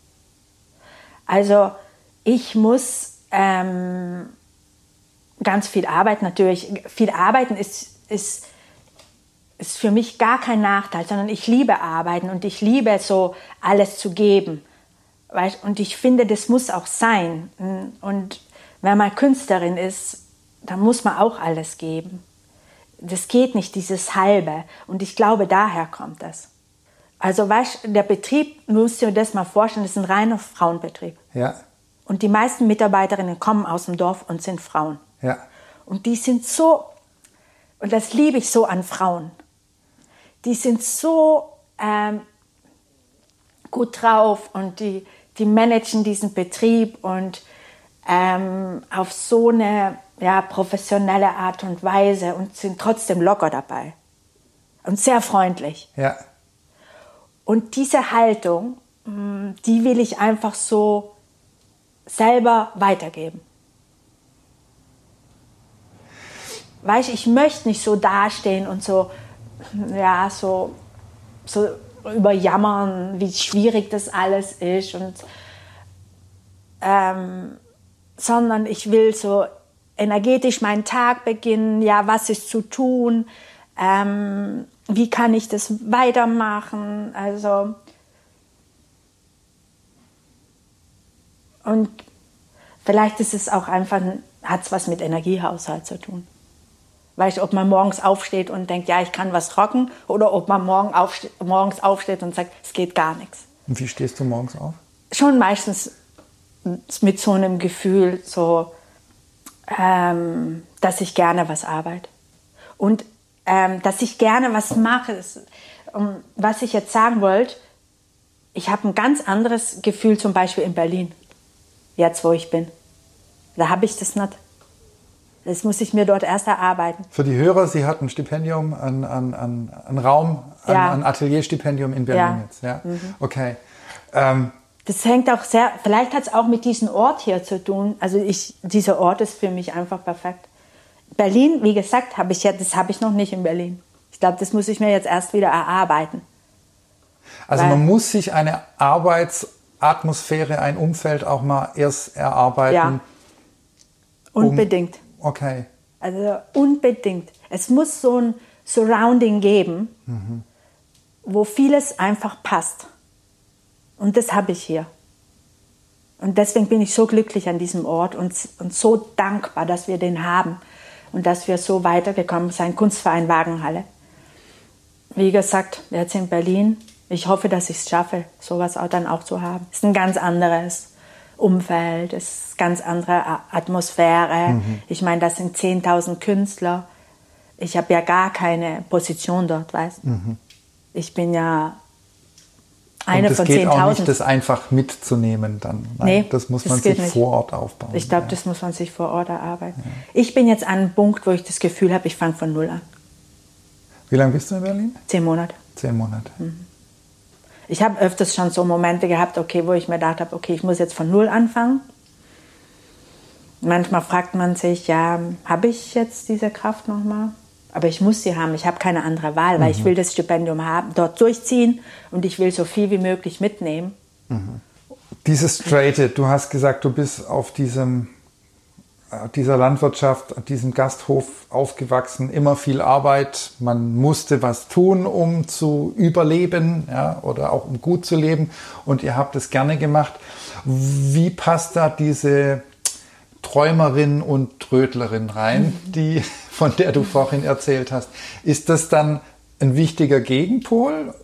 Also ich muss ähm, ganz viel arbeiten. Natürlich, viel arbeiten ist, ist, ist für mich gar kein Nachteil, sondern ich liebe arbeiten und ich liebe so alles zu geben. Und ich finde, das muss auch sein. Und wenn man Künstlerin ist, dann muss man auch alles geben. Das geht nicht, dieses Halbe. Und ich glaube, daher kommt das. Also weißt, der Betrieb, musst du dir das mal vorstellen, das ist ein reiner Frauenbetrieb. Ja. Und die meisten Mitarbeiterinnen kommen aus dem Dorf und sind Frauen. Ja. Und die sind so, und das liebe ich so an Frauen, die sind so ähm, gut drauf und die, die managen diesen Betrieb und ähm, auf so eine ja, professionelle Art und Weise und sind trotzdem locker dabei und sehr freundlich. Ja. Und diese Haltung, die will ich einfach so selber weitergeben. Weißt du, ich möchte nicht so dastehen und so, ja, so, so überjammern, wie schwierig das alles ist. Und, ähm, sondern ich will so energetisch meinen Tag beginnen, ja, was ist zu tun, Ähm, wie kann ich das weitermachen? Also, und vielleicht ist es auch einfach, hat es was mit Energiehaushalt zu tun. Weißt du, ob man morgens aufsteht und denkt, ja, ich kann was rocken, oder ob man morgen aufste- morgens aufsteht und sagt, es geht gar nichts. Und wie stehst du morgens auf? Schon meistens mit so einem Gefühl, so, ähm, dass ich gerne was arbeite. Und ähm, dass ich gerne was mache. Ist, um, was ich jetzt sagen wollte, ich habe ein ganz anderes Gefühl zum Beispiel in Berlin, jetzt wo ich bin. Da habe ich das nicht. Das muss ich mir dort erst erarbeiten. Für die Hörer, Sie hatten ein Stipendium, ein, ein, ein, ein Raum, ein, Ja. ein Atelierstipendium in Berlin Ja. jetzt. Ja. Mhm. Okay. Ähm, Das hängt auch sehr, vielleicht hat es auch mit diesem Ort hier zu tun. Also ich, dieser Ort ist für mich einfach perfekt. Berlin, wie gesagt, habe ich ja, das habe ich noch nicht in Berlin. Ich glaube, das muss ich mir jetzt erst wieder erarbeiten. also Weil- man muss sich eine Arbeitsatmosphäre, ein Umfeld auch mal erst erarbeiten. Ja, unbedingt. Okay. Also unbedingt. Es muss so ein Surrounding geben, Mhm. wo vieles einfach passt. Und das habe ich hier. Und deswegen bin ich so glücklich an diesem Ort und, und so dankbar, dass wir den haben und dass wir so weitergekommen sind. Kunstverein Wagenhalle. Wie gesagt, jetzt in Berlin. Ich hoffe, dass ich es schaffe, sowas auch dann auch zu haben. Es ist ein ganz anderes Umfeld, es ist eine ganz andere A- Atmosphäre. Mhm. Ich meine, das sind zehntausend Künstler. Ich habe ja gar keine Position dort, weißt du? Mhm. Ich bin ja Und eine das von geht auch nicht, zehntausend. das einfach mitzunehmen dann. Nein, Nee, das muss das man geht sich nicht. vor Ort aufbauen. Ich glaube, ja. das muss man sich vor Ort erarbeiten. Ich bin jetzt an einem Punkt, wo ich das Gefühl habe, ich fange von Null an. Wie lange bist du in Berlin? Zehn Monate. Zehn Monate. Ich habe öfters schon so Momente gehabt, okay, wo ich mir gedacht habe, okay, ich muss jetzt von Null anfangen. Manchmal fragt man sich, ja, habe ich jetzt diese Kraft nochmal? Aber ich muss sie haben, ich habe keine andere Wahl, weil ich will das Stipendium haben, dort durchziehen und ich will so viel wie möglich mitnehmen. Dieses Straighte, du hast gesagt, du bist auf diesem, äh, dieser Landwirtschaft, auf diesem Gasthof aufgewachsen, immer viel Arbeit, man musste was tun, um zu überleben, ja, oder auch um gut zu leben, und ihr habt es gerne gemacht. Wie passt da diese Träumerin und Trödlerin rein, die, von der du vorhin erzählt hast? Ist das dann ein wichtiger Gegenpol?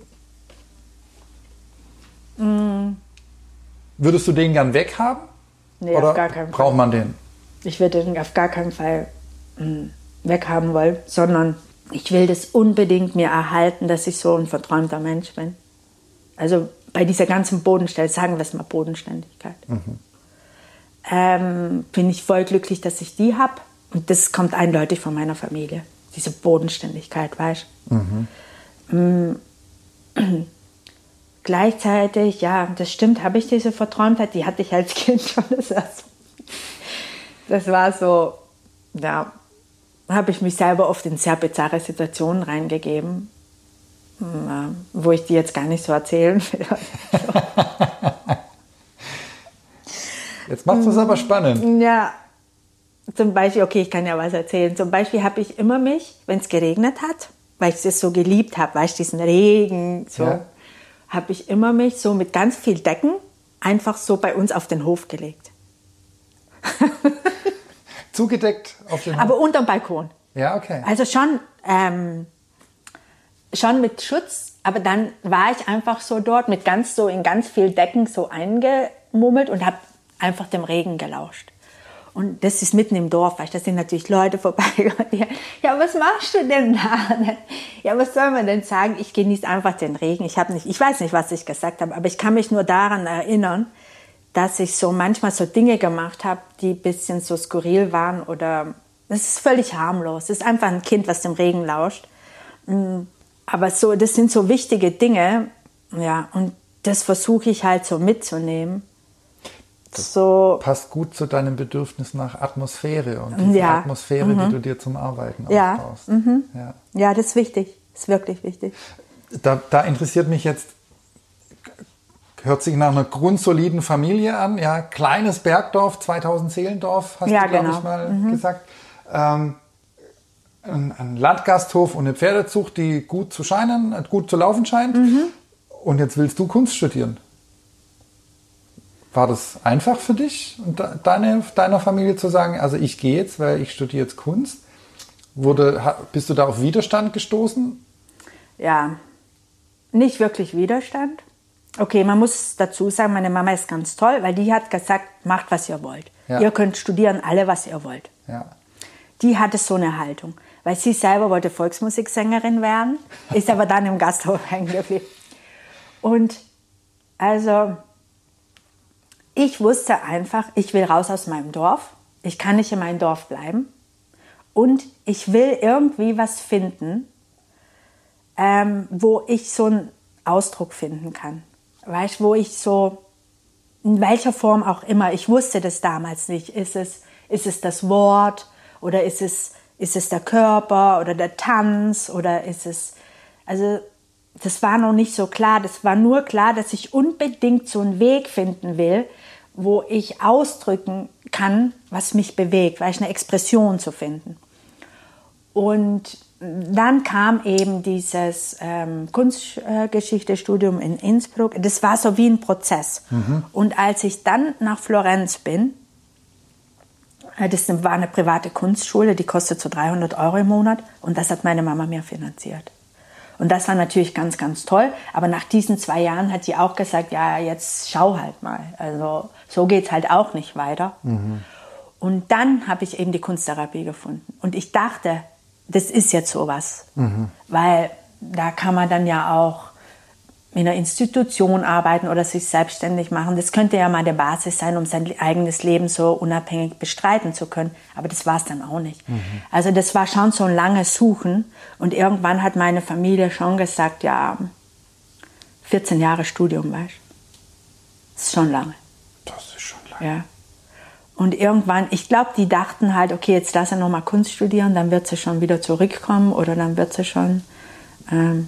Würdest du den gern weghaben? Nee, Oder auf gar keinen Fall. braucht man den? Ich würde den auf gar keinen Fall mh, weghaben wollen, sondern ich will das unbedingt mir erhalten, dass ich so ein verträumter Mensch bin. Also bei dieser ganzen Bodenständigkeit, sagen wir es mal Bodenständigkeit, ähm, bin ich voll glücklich, dass ich die habe. Und das kommt eindeutig von meiner Familie, diese Bodenständigkeit, weißt du. Mm. Gleichzeitig, ja, das stimmt, habe ich diese Verträumtheit, die hatte ich als Kind schon. Das war so, das war so, ja, habe ich mich selber oft in sehr bizarre Situationen reingegeben, ja, wo ich die jetzt gar nicht so erzählen will. Jetzt machst du es aber spannend. Ja, zum Beispiel, okay, ich kann ja was erzählen. Zum Beispiel habe ich immer mich, wenn es geregnet hat, weil ich das so geliebt habe, weißt du, diesen Regen, so, Ja. habe ich immer mich so mit ganz viel Decken einfach so bei uns auf den Hof gelegt. Zugedeckt auf den Aber unterm Balkon. Ja, okay. Also schon, ähm, schon mit Schutz, aber dann war ich einfach so dort mit ganz so in ganz viel Decken so eingemummelt und habe einfach dem Regen gelauscht. Und das ist mitten im Dorf, weißt du, da sind natürlich Leute vorbeigegangen. Ja, ja, was machst du denn da? Ja, was soll man denn sagen? Ich genieße einfach den Regen. Ich habe nicht, ich weiß nicht, was ich gesagt habe, aber ich kann mich nur daran erinnern, dass ich so manchmal so Dinge gemacht habe, die ein bisschen so skurril waren oder das ist völlig harmlos. Das ist einfach ein Kind, was dem Regen lauscht. Aber so, das sind so wichtige Dinge, ja, und das versuche ich halt so mitzunehmen. So, Passt gut zu deinem Bedürfnis nach Atmosphäre und diese Ja. Atmosphäre, die du dir zum Arbeiten Ja. aufbaust. Ja. ja, das ist wichtig. Das ist wirklich wichtig. Da, da interessiert mich jetzt, hört sich nach einer grundsoliden Familie an, ja, kleines Bergdorf, zweitausend Seelendorf, hast Ja, du, glaube genau. ich, mal gesagt. Ähm, ein, ein Landgasthof und eine Pferdezucht, die gut zu scheinen, gut zu laufen scheint. Mhm. Und jetzt willst du Kunst studieren. War das einfach für dich und deine, deiner Familie zu sagen, also ich gehe jetzt, weil ich studiere jetzt Kunst? Wurde, bist du da auf Widerstand gestoßen? Ja, nicht wirklich Widerstand. Okay, man muss dazu sagen, meine Mama ist ganz toll, weil die hat gesagt, macht, was ihr wollt. Ja. Ihr könnt studieren, alle, was ihr wollt. Ja. Die hatte so eine Haltung, weil sie selber wollte Volksmusiksängerin werden, ist aber dann im Gasthof hängen geblieben. Und also, ich wusste einfach, ich will raus aus meinem Dorf, ich kann nicht in meinem Dorf bleiben und ich will irgendwie was finden, ähm, wo ich so einen Ausdruck finden kann. Weißt du, wo ich so, in welcher Form auch immer, ich wusste das damals nicht, ist es, ist es das Wort oder ist es, ist es der Körper oder der Tanz oder ist es, also das war noch nicht so klar, das war nur klar, dass ich unbedingt so einen Weg finden will, wo ich ausdrücken kann, was mich bewegt, weil ich eine Expression zu finden. Und dann kam eben dieses ähm, Kunstgeschichte-Studium in Innsbruck. Das war so wie ein Prozess. Mhm. Und als ich dann nach Florenz bin, äh, das war eine private Kunstschule, die kostet so dreihundert Euro im Monat und das hat meine Mama mir finanziert. Und das war natürlich ganz, ganz toll. Aber nach diesen zwei Jahren hat sie auch gesagt, ja, jetzt schau halt mal. Also so geht's halt auch nicht weiter. Mhm. Und dann habe ich eben die Kunsttherapie gefunden. Und ich dachte, das ist jetzt sowas. Mhm. Weil da kann man dann ja auch in einer Institution arbeiten oder sich selbstständig machen. Das könnte ja mal die Basis sein, um sein eigenes Leben so unabhängig bestreiten zu können. Aber das war es dann auch nicht. Mhm. Also das war schon so ein langes Suchen. Und irgendwann hat meine Familie schon gesagt, ja, vierzehn Jahre Studium, weißt du. Das ist schon lange. Das ist schon lange. Ja. Und irgendwann, ich glaube, die dachten halt, okay, jetzt lass er noch mal Kunst studieren, dann wird sie schon wieder zurückkommen oder dann wird sie schon... Ähm,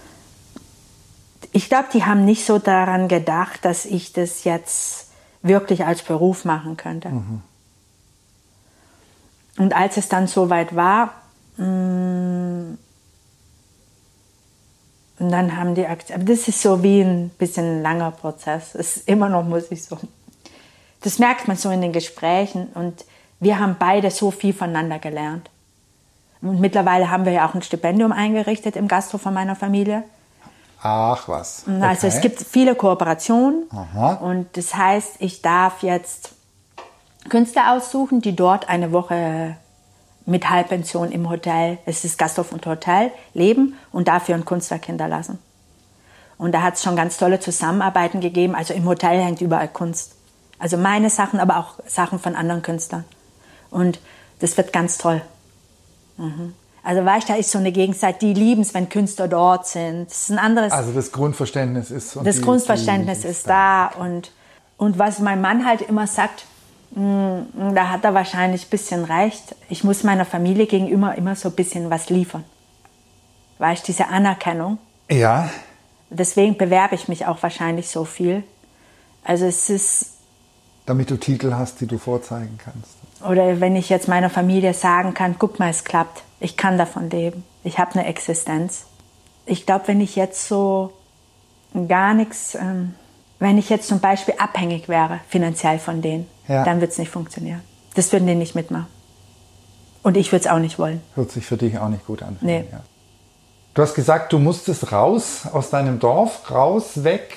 ich glaube, die haben nicht so daran gedacht, dass ich das jetzt wirklich als Beruf machen könnte. Mhm. Und als es dann soweit war, mh, und dann haben die akzeptiert. Aber das ist so wie ein bisschen ein langer Prozess. Es ist immer noch, muss ich so. Das merkt man so in den Gesprächen. Und wir haben beide so viel voneinander gelernt. Und mittlerweile haben wir ja auch ein Stipendium eingerichtet im Gasthof von meiner Familie. Ach was. Okay. Also es gibt viele Kooperationen. Aha. Und das heißt, ich darf jetzt Künstler aussuchen, die dort eine Woche mit Halbpension im Hotel, es ist Gasthof und Hotel, leben und dafür ein Kunstwerk hinterlassen. Und da hat es schon ganz tolle Zusammenarbeiten gegeben. Also im Hotel hängt überall Kunst. Also meine Sachen, aber auch Sachen von anderen Künstlern. Und das wird ganz toll. Mhm. Also weißt du, da ist so eine Gegenseitigkeit, die lieben es, wenn Künstler dort sind. Das ist ein anderes... Also das Grundverständnis ist... Und das die, Grundverständnis die, ist da. Und, und was mein Mann halt immer sagt, mh, da hat er wahrscheinlich ein bisschen recht, ich muss meiner Familie gegenüber immer so ein bisschen was liefern. Weißt du, diese Anerkennung. Ja. Deswegen bewerbe ich mich auch wahrscheinlich so viel. Also es ist... Damit du Titel hast, die du vorzeigen kannst. Oder wenn ich jetzt meiner Familie sagen kann, guck mal, es klappt. Ich kann davon leben. Ich habe eine Existenz. Ich glaube, wenn ich jetzt so gar nichts, ähm, wenn ich jetzt zum Beispiel abhängig wäre, finanziell von denen, ja. dann wird es nicht funktionieren. Das würden die nicht mitmachen. Und ich würde es auch nicht wollen. Hört sich für dich auch nicht gut an. Nee. Ja. Du hast gesagt, du musstest raus aus deinem Dorf, raus, weg.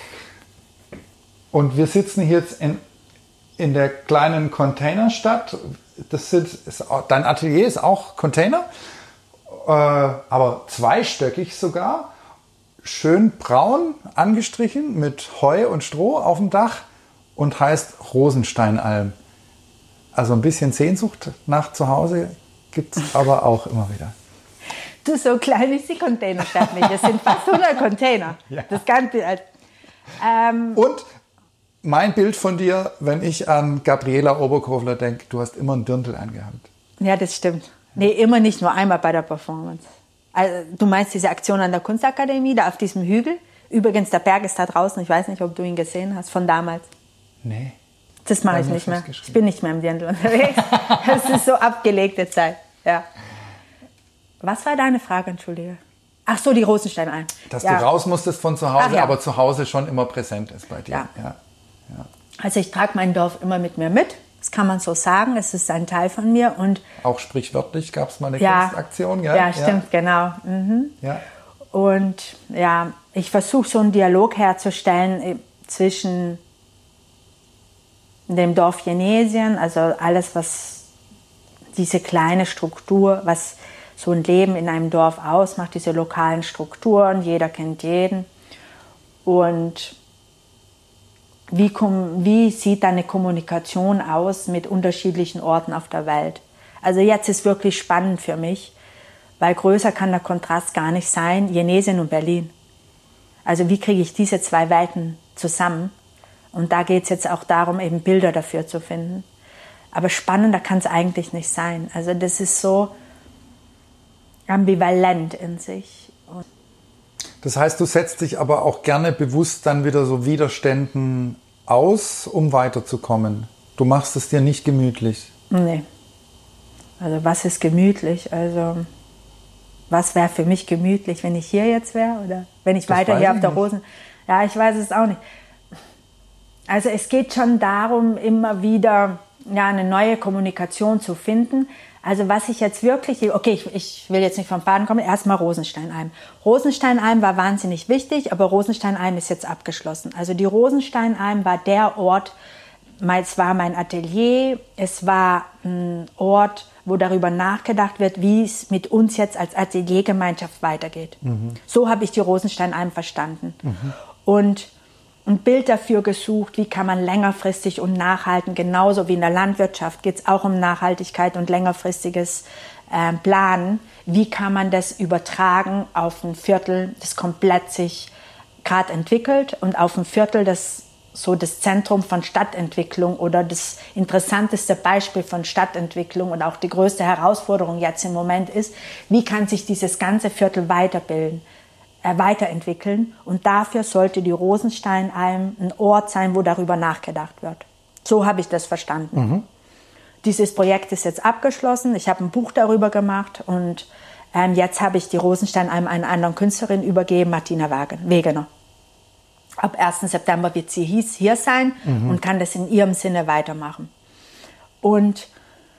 Und wir sitzen hier jetzt in, in der kleinen Containerstadt. Das sind, ist, dein Atelier ist auch Container, äh, aber zweistöckig sogar. Schön braun angestrichen mit Heu und Stroh auf dem Dach und heißt Rosensteinalm. Also ein bisschen Sehnsucht nach zu Hause gibt es aber auch immer wieder. Du, so klein ist die Containerstadt nicht. Das sind fast hundert Container. Ja. Das Ganze. Ähm, und mein Bild von dir, wenn ich an Gabriela Oberkofler denke, du hast immer einen Dirndl angehabt. Ja, das stimmt. Nee, immer nicht, nur einmal bei der Performance. Also, du meinst diese Aktion an der Kunstakademie, da auf diesem Hügel? Übrigens, der Berg ist da draußen. Ich weiß nicht, ob du ihn gesehen hast, von damals. Nee. Das mache ich nicht mehr. Ich bin nicht mehr im Dirndl unterwegs. Das ist so abgelegte Zeit. Ja. Was war deine Frage, Entschuldige? Ach so, die Rosensteinalm. Dass ja. du raus musstest von zu Hause, Ach, ja. aber zu Hause schon immer präsent ist bei dir. Ja. Ja. Ja. Also ich trage mein Dorf immer mit mir mit. Das kann man so sagen. Es ist ein Teil von mir. Und auch sprichwörtlich gab es mal eine ja, Kunstaktion. Gell? Ja, stimmt, ja. genau. Mhm. Ja. Und ja, ich versuche so einen Dialog herzustellen zwischen dem Dorf Jenesien, also alles, was diese kleine Struktur, was so ein Leben in einem Dorf ausmacht, diese lokalen Strukturen, jeder kennt jeden. Und wie, wie sieht dann eine Kommunikation aus mit unterschiedlichen Orten auf der Welt? Also jetzt ist wirklich spannend für mich, weil größer kann der Kontrast gar nicht sein, Jenesien und Berlin. Also wie kriege ich diese zwei Welten zusammen? Und da geht es jetzt auch darum, eben Bilder dafür zu finden. Aber spannender kann es eigentlich nicht sein. Also das ist so ambivalent in sich. Und das heißt, du setzt dich aber auch gerne bewusst dann wieder so Widerständen aus, um weiterzukommen. Du machst es dir nicht gemütlich. Nee. Also was ist gemütlich? Also was wäre für mich gemütlich, wenn ich hier jetzt wäre? Oder wenn ich das weiter hier auf der Rosen... Ja, ich weiß es auch nicht. Also es geht schon darum, immer wieder ja, eine neue Kommunikation zu finden. Also was ich jetzt wirklich, okay, ich, ich will jetzt nicht vom Faden kommen, erstmal Rosensteinalm. Rosensteinalm war wahnsinnig wichtig, aber Rosensteinalm ist jetzt abgeschlossen. Also die Rosensteinalm war der Ort, es war mein Atelier, es war ein Ort, wo darüber nachgedacht wird, wie es mit uns jetzt als Ateliergemeinschaft weitergeht. Mhm. So habe ich die Rosensteinalm verstanden. Mhm. Und ein Bild dafür gesucht, wie kann man längerfristig und nachhalten, genauso wie in der Landwirtschaft geht es auch um Nachhaltigkeit und längerfristiges äh, Planen. Wie kann man das übertragen auf ein Viertel, das komplett sich gerade entwickelt und auf ein Viertel, das so das Zentrum von Stadtentwicklung oder das interessanteste Beispiel von Stadtentwicklung und auch die größte Herausforderung jetzt im Moment ist, wie kann sich dieses ganze Viertel weiterbilden? weiterentwickeln und dafür sollte die Rosensteinalm ein Ort sein, wo darüber nachgedacht wird. So habe ich das verstanden. Mhm. Dieses Projekt ist jetzt abgeschlossen, ich habe ein Buch darüber gemacht und ähm, jetzt habe ich die Rosensteinalm einer anderen Künstlerin übergeben, Martina Wegener. Ab ersten September wird sie hier sein mhm. und kann das in ihrem Sinne weitermachen. Und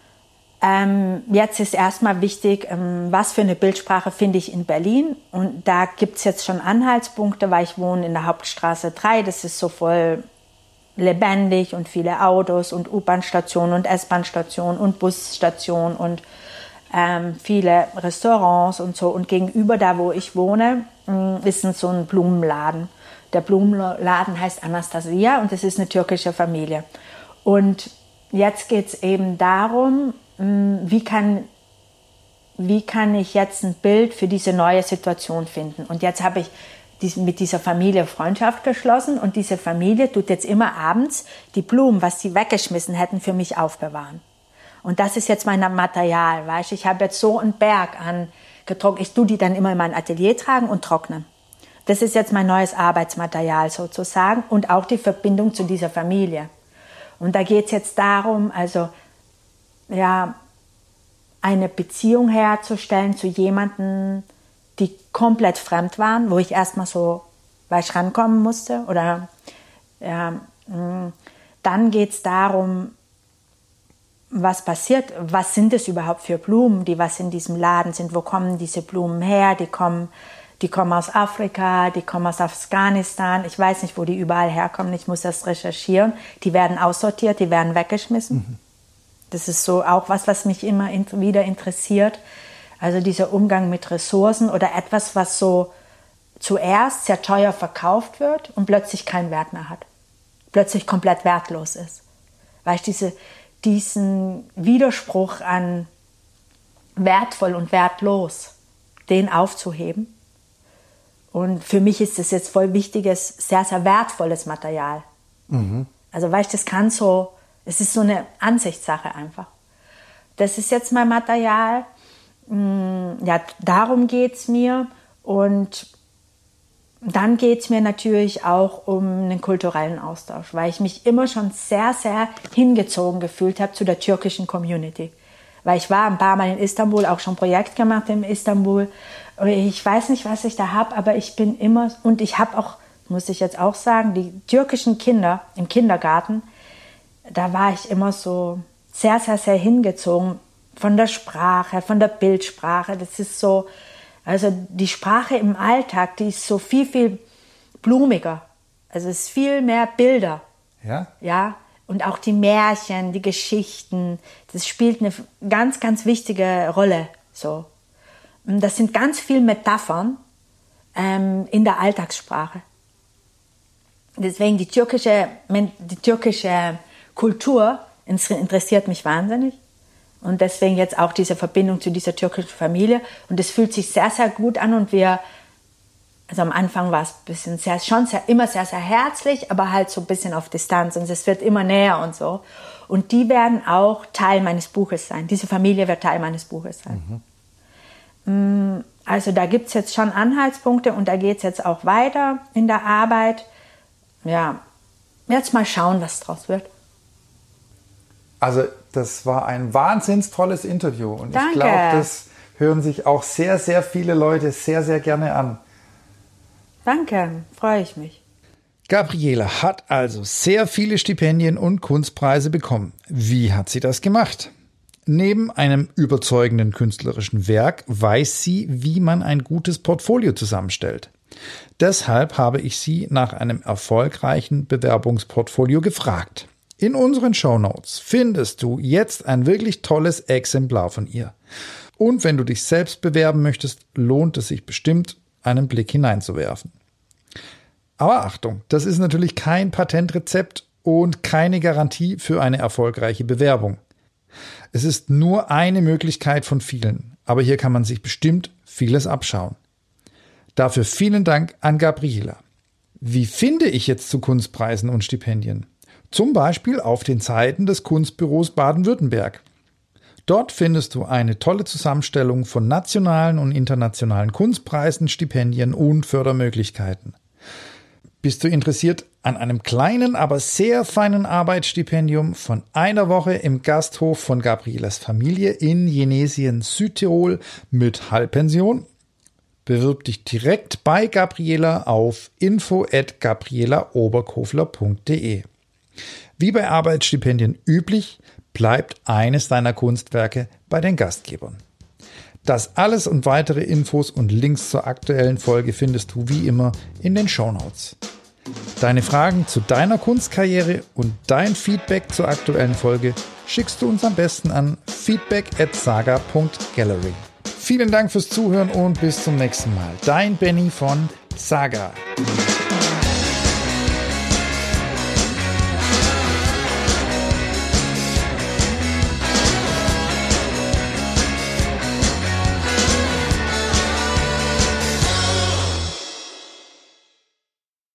Ähm, jetzt ist erstmal wichtig, ähm, was für eine Bildsprache finde ich in Berlin. Und da gibt es jetzt schon Anhaltspunkte, weil ich wohne in der Hauptstraße drei. Das ist so voll lebendig und viele Autos und U-Bahn-Stationen und S-Bahn-Stationen und Busstationen und ähm, viele Restaurants und so. Und gegenüber da, wo ich wohne, mh, ist so ein Blumenladen. Der Blumenladen heißt Anastasia und das ist eine türkische Familie. Und jetzt geht es eben darum, Wie kann, wie kann ich jetzt ein Bild für diese neue Situation finden? Und jetzt habe ich dies, mit dieser Familie Freundschaft geschlossen und diese Familie tut jetzt immer abends die Blumen, was sie weggeschmissen hätten, für mich aufbewahren. Und das ist jetzt mein Material, weißt? Ich habe jetzt so einen Berg an getrocknet. Ich tue die dann immer in mein Atelier tragen und trocknen. Das ist jetzt mein neues Arbeitsmaterial sozusagen und auch die Verbindung zu dieser Familie. Und da geht es jetzt darum, also ja, eine Beziehung herzustellen zu jemandem, die komplett fremd waren, wo ich erstmal so, weil ich rankommen musste. Oder ja, dann geht es darum, was passiert, was sind es überhaupt für Blumen, die was in diesem Laden sind, wo kommen diese Blumen her, die kommen, die kommen aus Afrika, die kommen aus Afghanistan, ich weiß nicht, wo die überall herkommen, ich muss das recherchieren, die werden aussortiert, die werden weggeschmissen. Mhm. Das ist so auch was, was mich immer wieder interessiert. Also dieser Umgang mit Ressourcen oder etwas, was so zuerst sehr teuer verkauft wird und plötzlich keinen Wert mehr hat. Plötzlich komplett wertlos ist. Weil ich diese, diesen Widerspruch an wertvoll und wertlos, den aufzuheben. Und für mich ist das jetzt voll wichtiges, sehr, sehr wertvolles Material. Mhm. Also weißt du, das kann so... Es ist so eine Ansichtssache einfach. Das ist jetzt mein Material. Ja, darum geht es mir. Und dann geht es mir natürlich auch um einen kulturellen Austausch, weil ich mich immer schon sehr, sehr hingezogen gefühlt habe zu der türkischen Community. Weil ich war ein paar Mal in Istanbul, auch schon ein Projekt gemacht in Istanbul. Ich weiß nicht, was ich da habe, aber ich bin immer, und ich habe auch, muss ich jetzt auch sagen, die türkischen Kinder im Kindergarten, da war ich immer so sehr, sehr, sehr hingezogen von der Sprache, von der Bildsprache. Das ist so, also die Sprache im Alltag, die ist so viel, viel blumiger. Also es ist viel mehr Bilder. Ja? Ja, und auch die Märchen, die Geschichten, das spielt eine ganz, ganz wichtige Rolle. So. Und das sind ganz viele Metaphern ähm, in der Alltagssprache. Deswegen die türkische, die türkische Kultur interessiert mich wahnsinnig. Und deswegen jetzt auch diese Verbindung zu dieser türkischen Familie. Und es fühlt sich sehr, sehr gut an. Und wir, also am Anfang war es ein bisschen sehr, schon sehr, immer sehr, sehr herzlich, aber halt so ein bisschen auf Distanz. Und es wird immer näher und so. Und die werden auch Teil meines Buches sein. Diese Familie wird Teil meines Buches sein. Mhm. Also da gibt es jetzt schon Anhaltspunkte und da geht es jetzt auch weiter in der Arbeit. Ja, jetzt mal schauen, was draus wird. Also das war ein wahnsinns tolles Interview und Danke. Ich glaube, das hören sich auch sehr, sehr viele Leute sehr, sehr gerne an. Danke, freue ich mich. Gabriela hat also sehr viele Stipendien und Kunstpreise bekommen. Wie hat sie das gemacht? Neben einem überzeugenden künstlerischen Werk weiß sie, wie man ein gutes Portfolio zusammenstellt. Deshalb habe ich sie nach einem erfolgreichen Bewerbungsportfolio gefragt. In unseren Shownotes findest du jetzt ein wirklich tolles Exemplar von ihr. Und wenn du dich selbst bewerben möchtest, lohnt es sich bestimmt, einen Blick hineinzuwerfen. Aber Achtung, das ist natürlich kein Patentrezept und keine Garantie für eine erfolgreiche Bewerbung. Es ist nur eine Möglichkeit von vielen, aber hier kann man sich bestimmt vieles abschauen. Dafür vielen Dank an Gabriela. Wie finde ich jetzt zu Kunstpreisen und Stipendien? Zum Beispiel auf den Seiten des Kunstbüros Baden-Württemberg. Dort findest du eine tolle Zusammenstellung von nationalen und internationalen Kunstpreisen, Stipendien und Fördermöglichkeiten. Bist du interessiert an einem kleinen, aber sehr feinen Arbeitsstipendium von einer Woche im Gasthof von Gabrielas Familie in Jenesien, Südtirol mit Halbpension? Bewirb dich direkt bei Gabriela auf info at gabriela oberkofler punkt de. Wie bei Arbeitsstipendien üblich, bleibt eines deiner Kunstwerke bei den Gastgebern. Das alles und weitere Infos und Links zur aktuellen Folge findest du wie immer in den Shownotes. Deine Fragen zu deiner Kunstkarriere und dein Feedback zur aktuellen Folge schickst du uns am besten an feedback at saga punkt gallery. Vielen Dank fürs Zuhören und bis zum nächsten Mal. Dein Benny von Saga.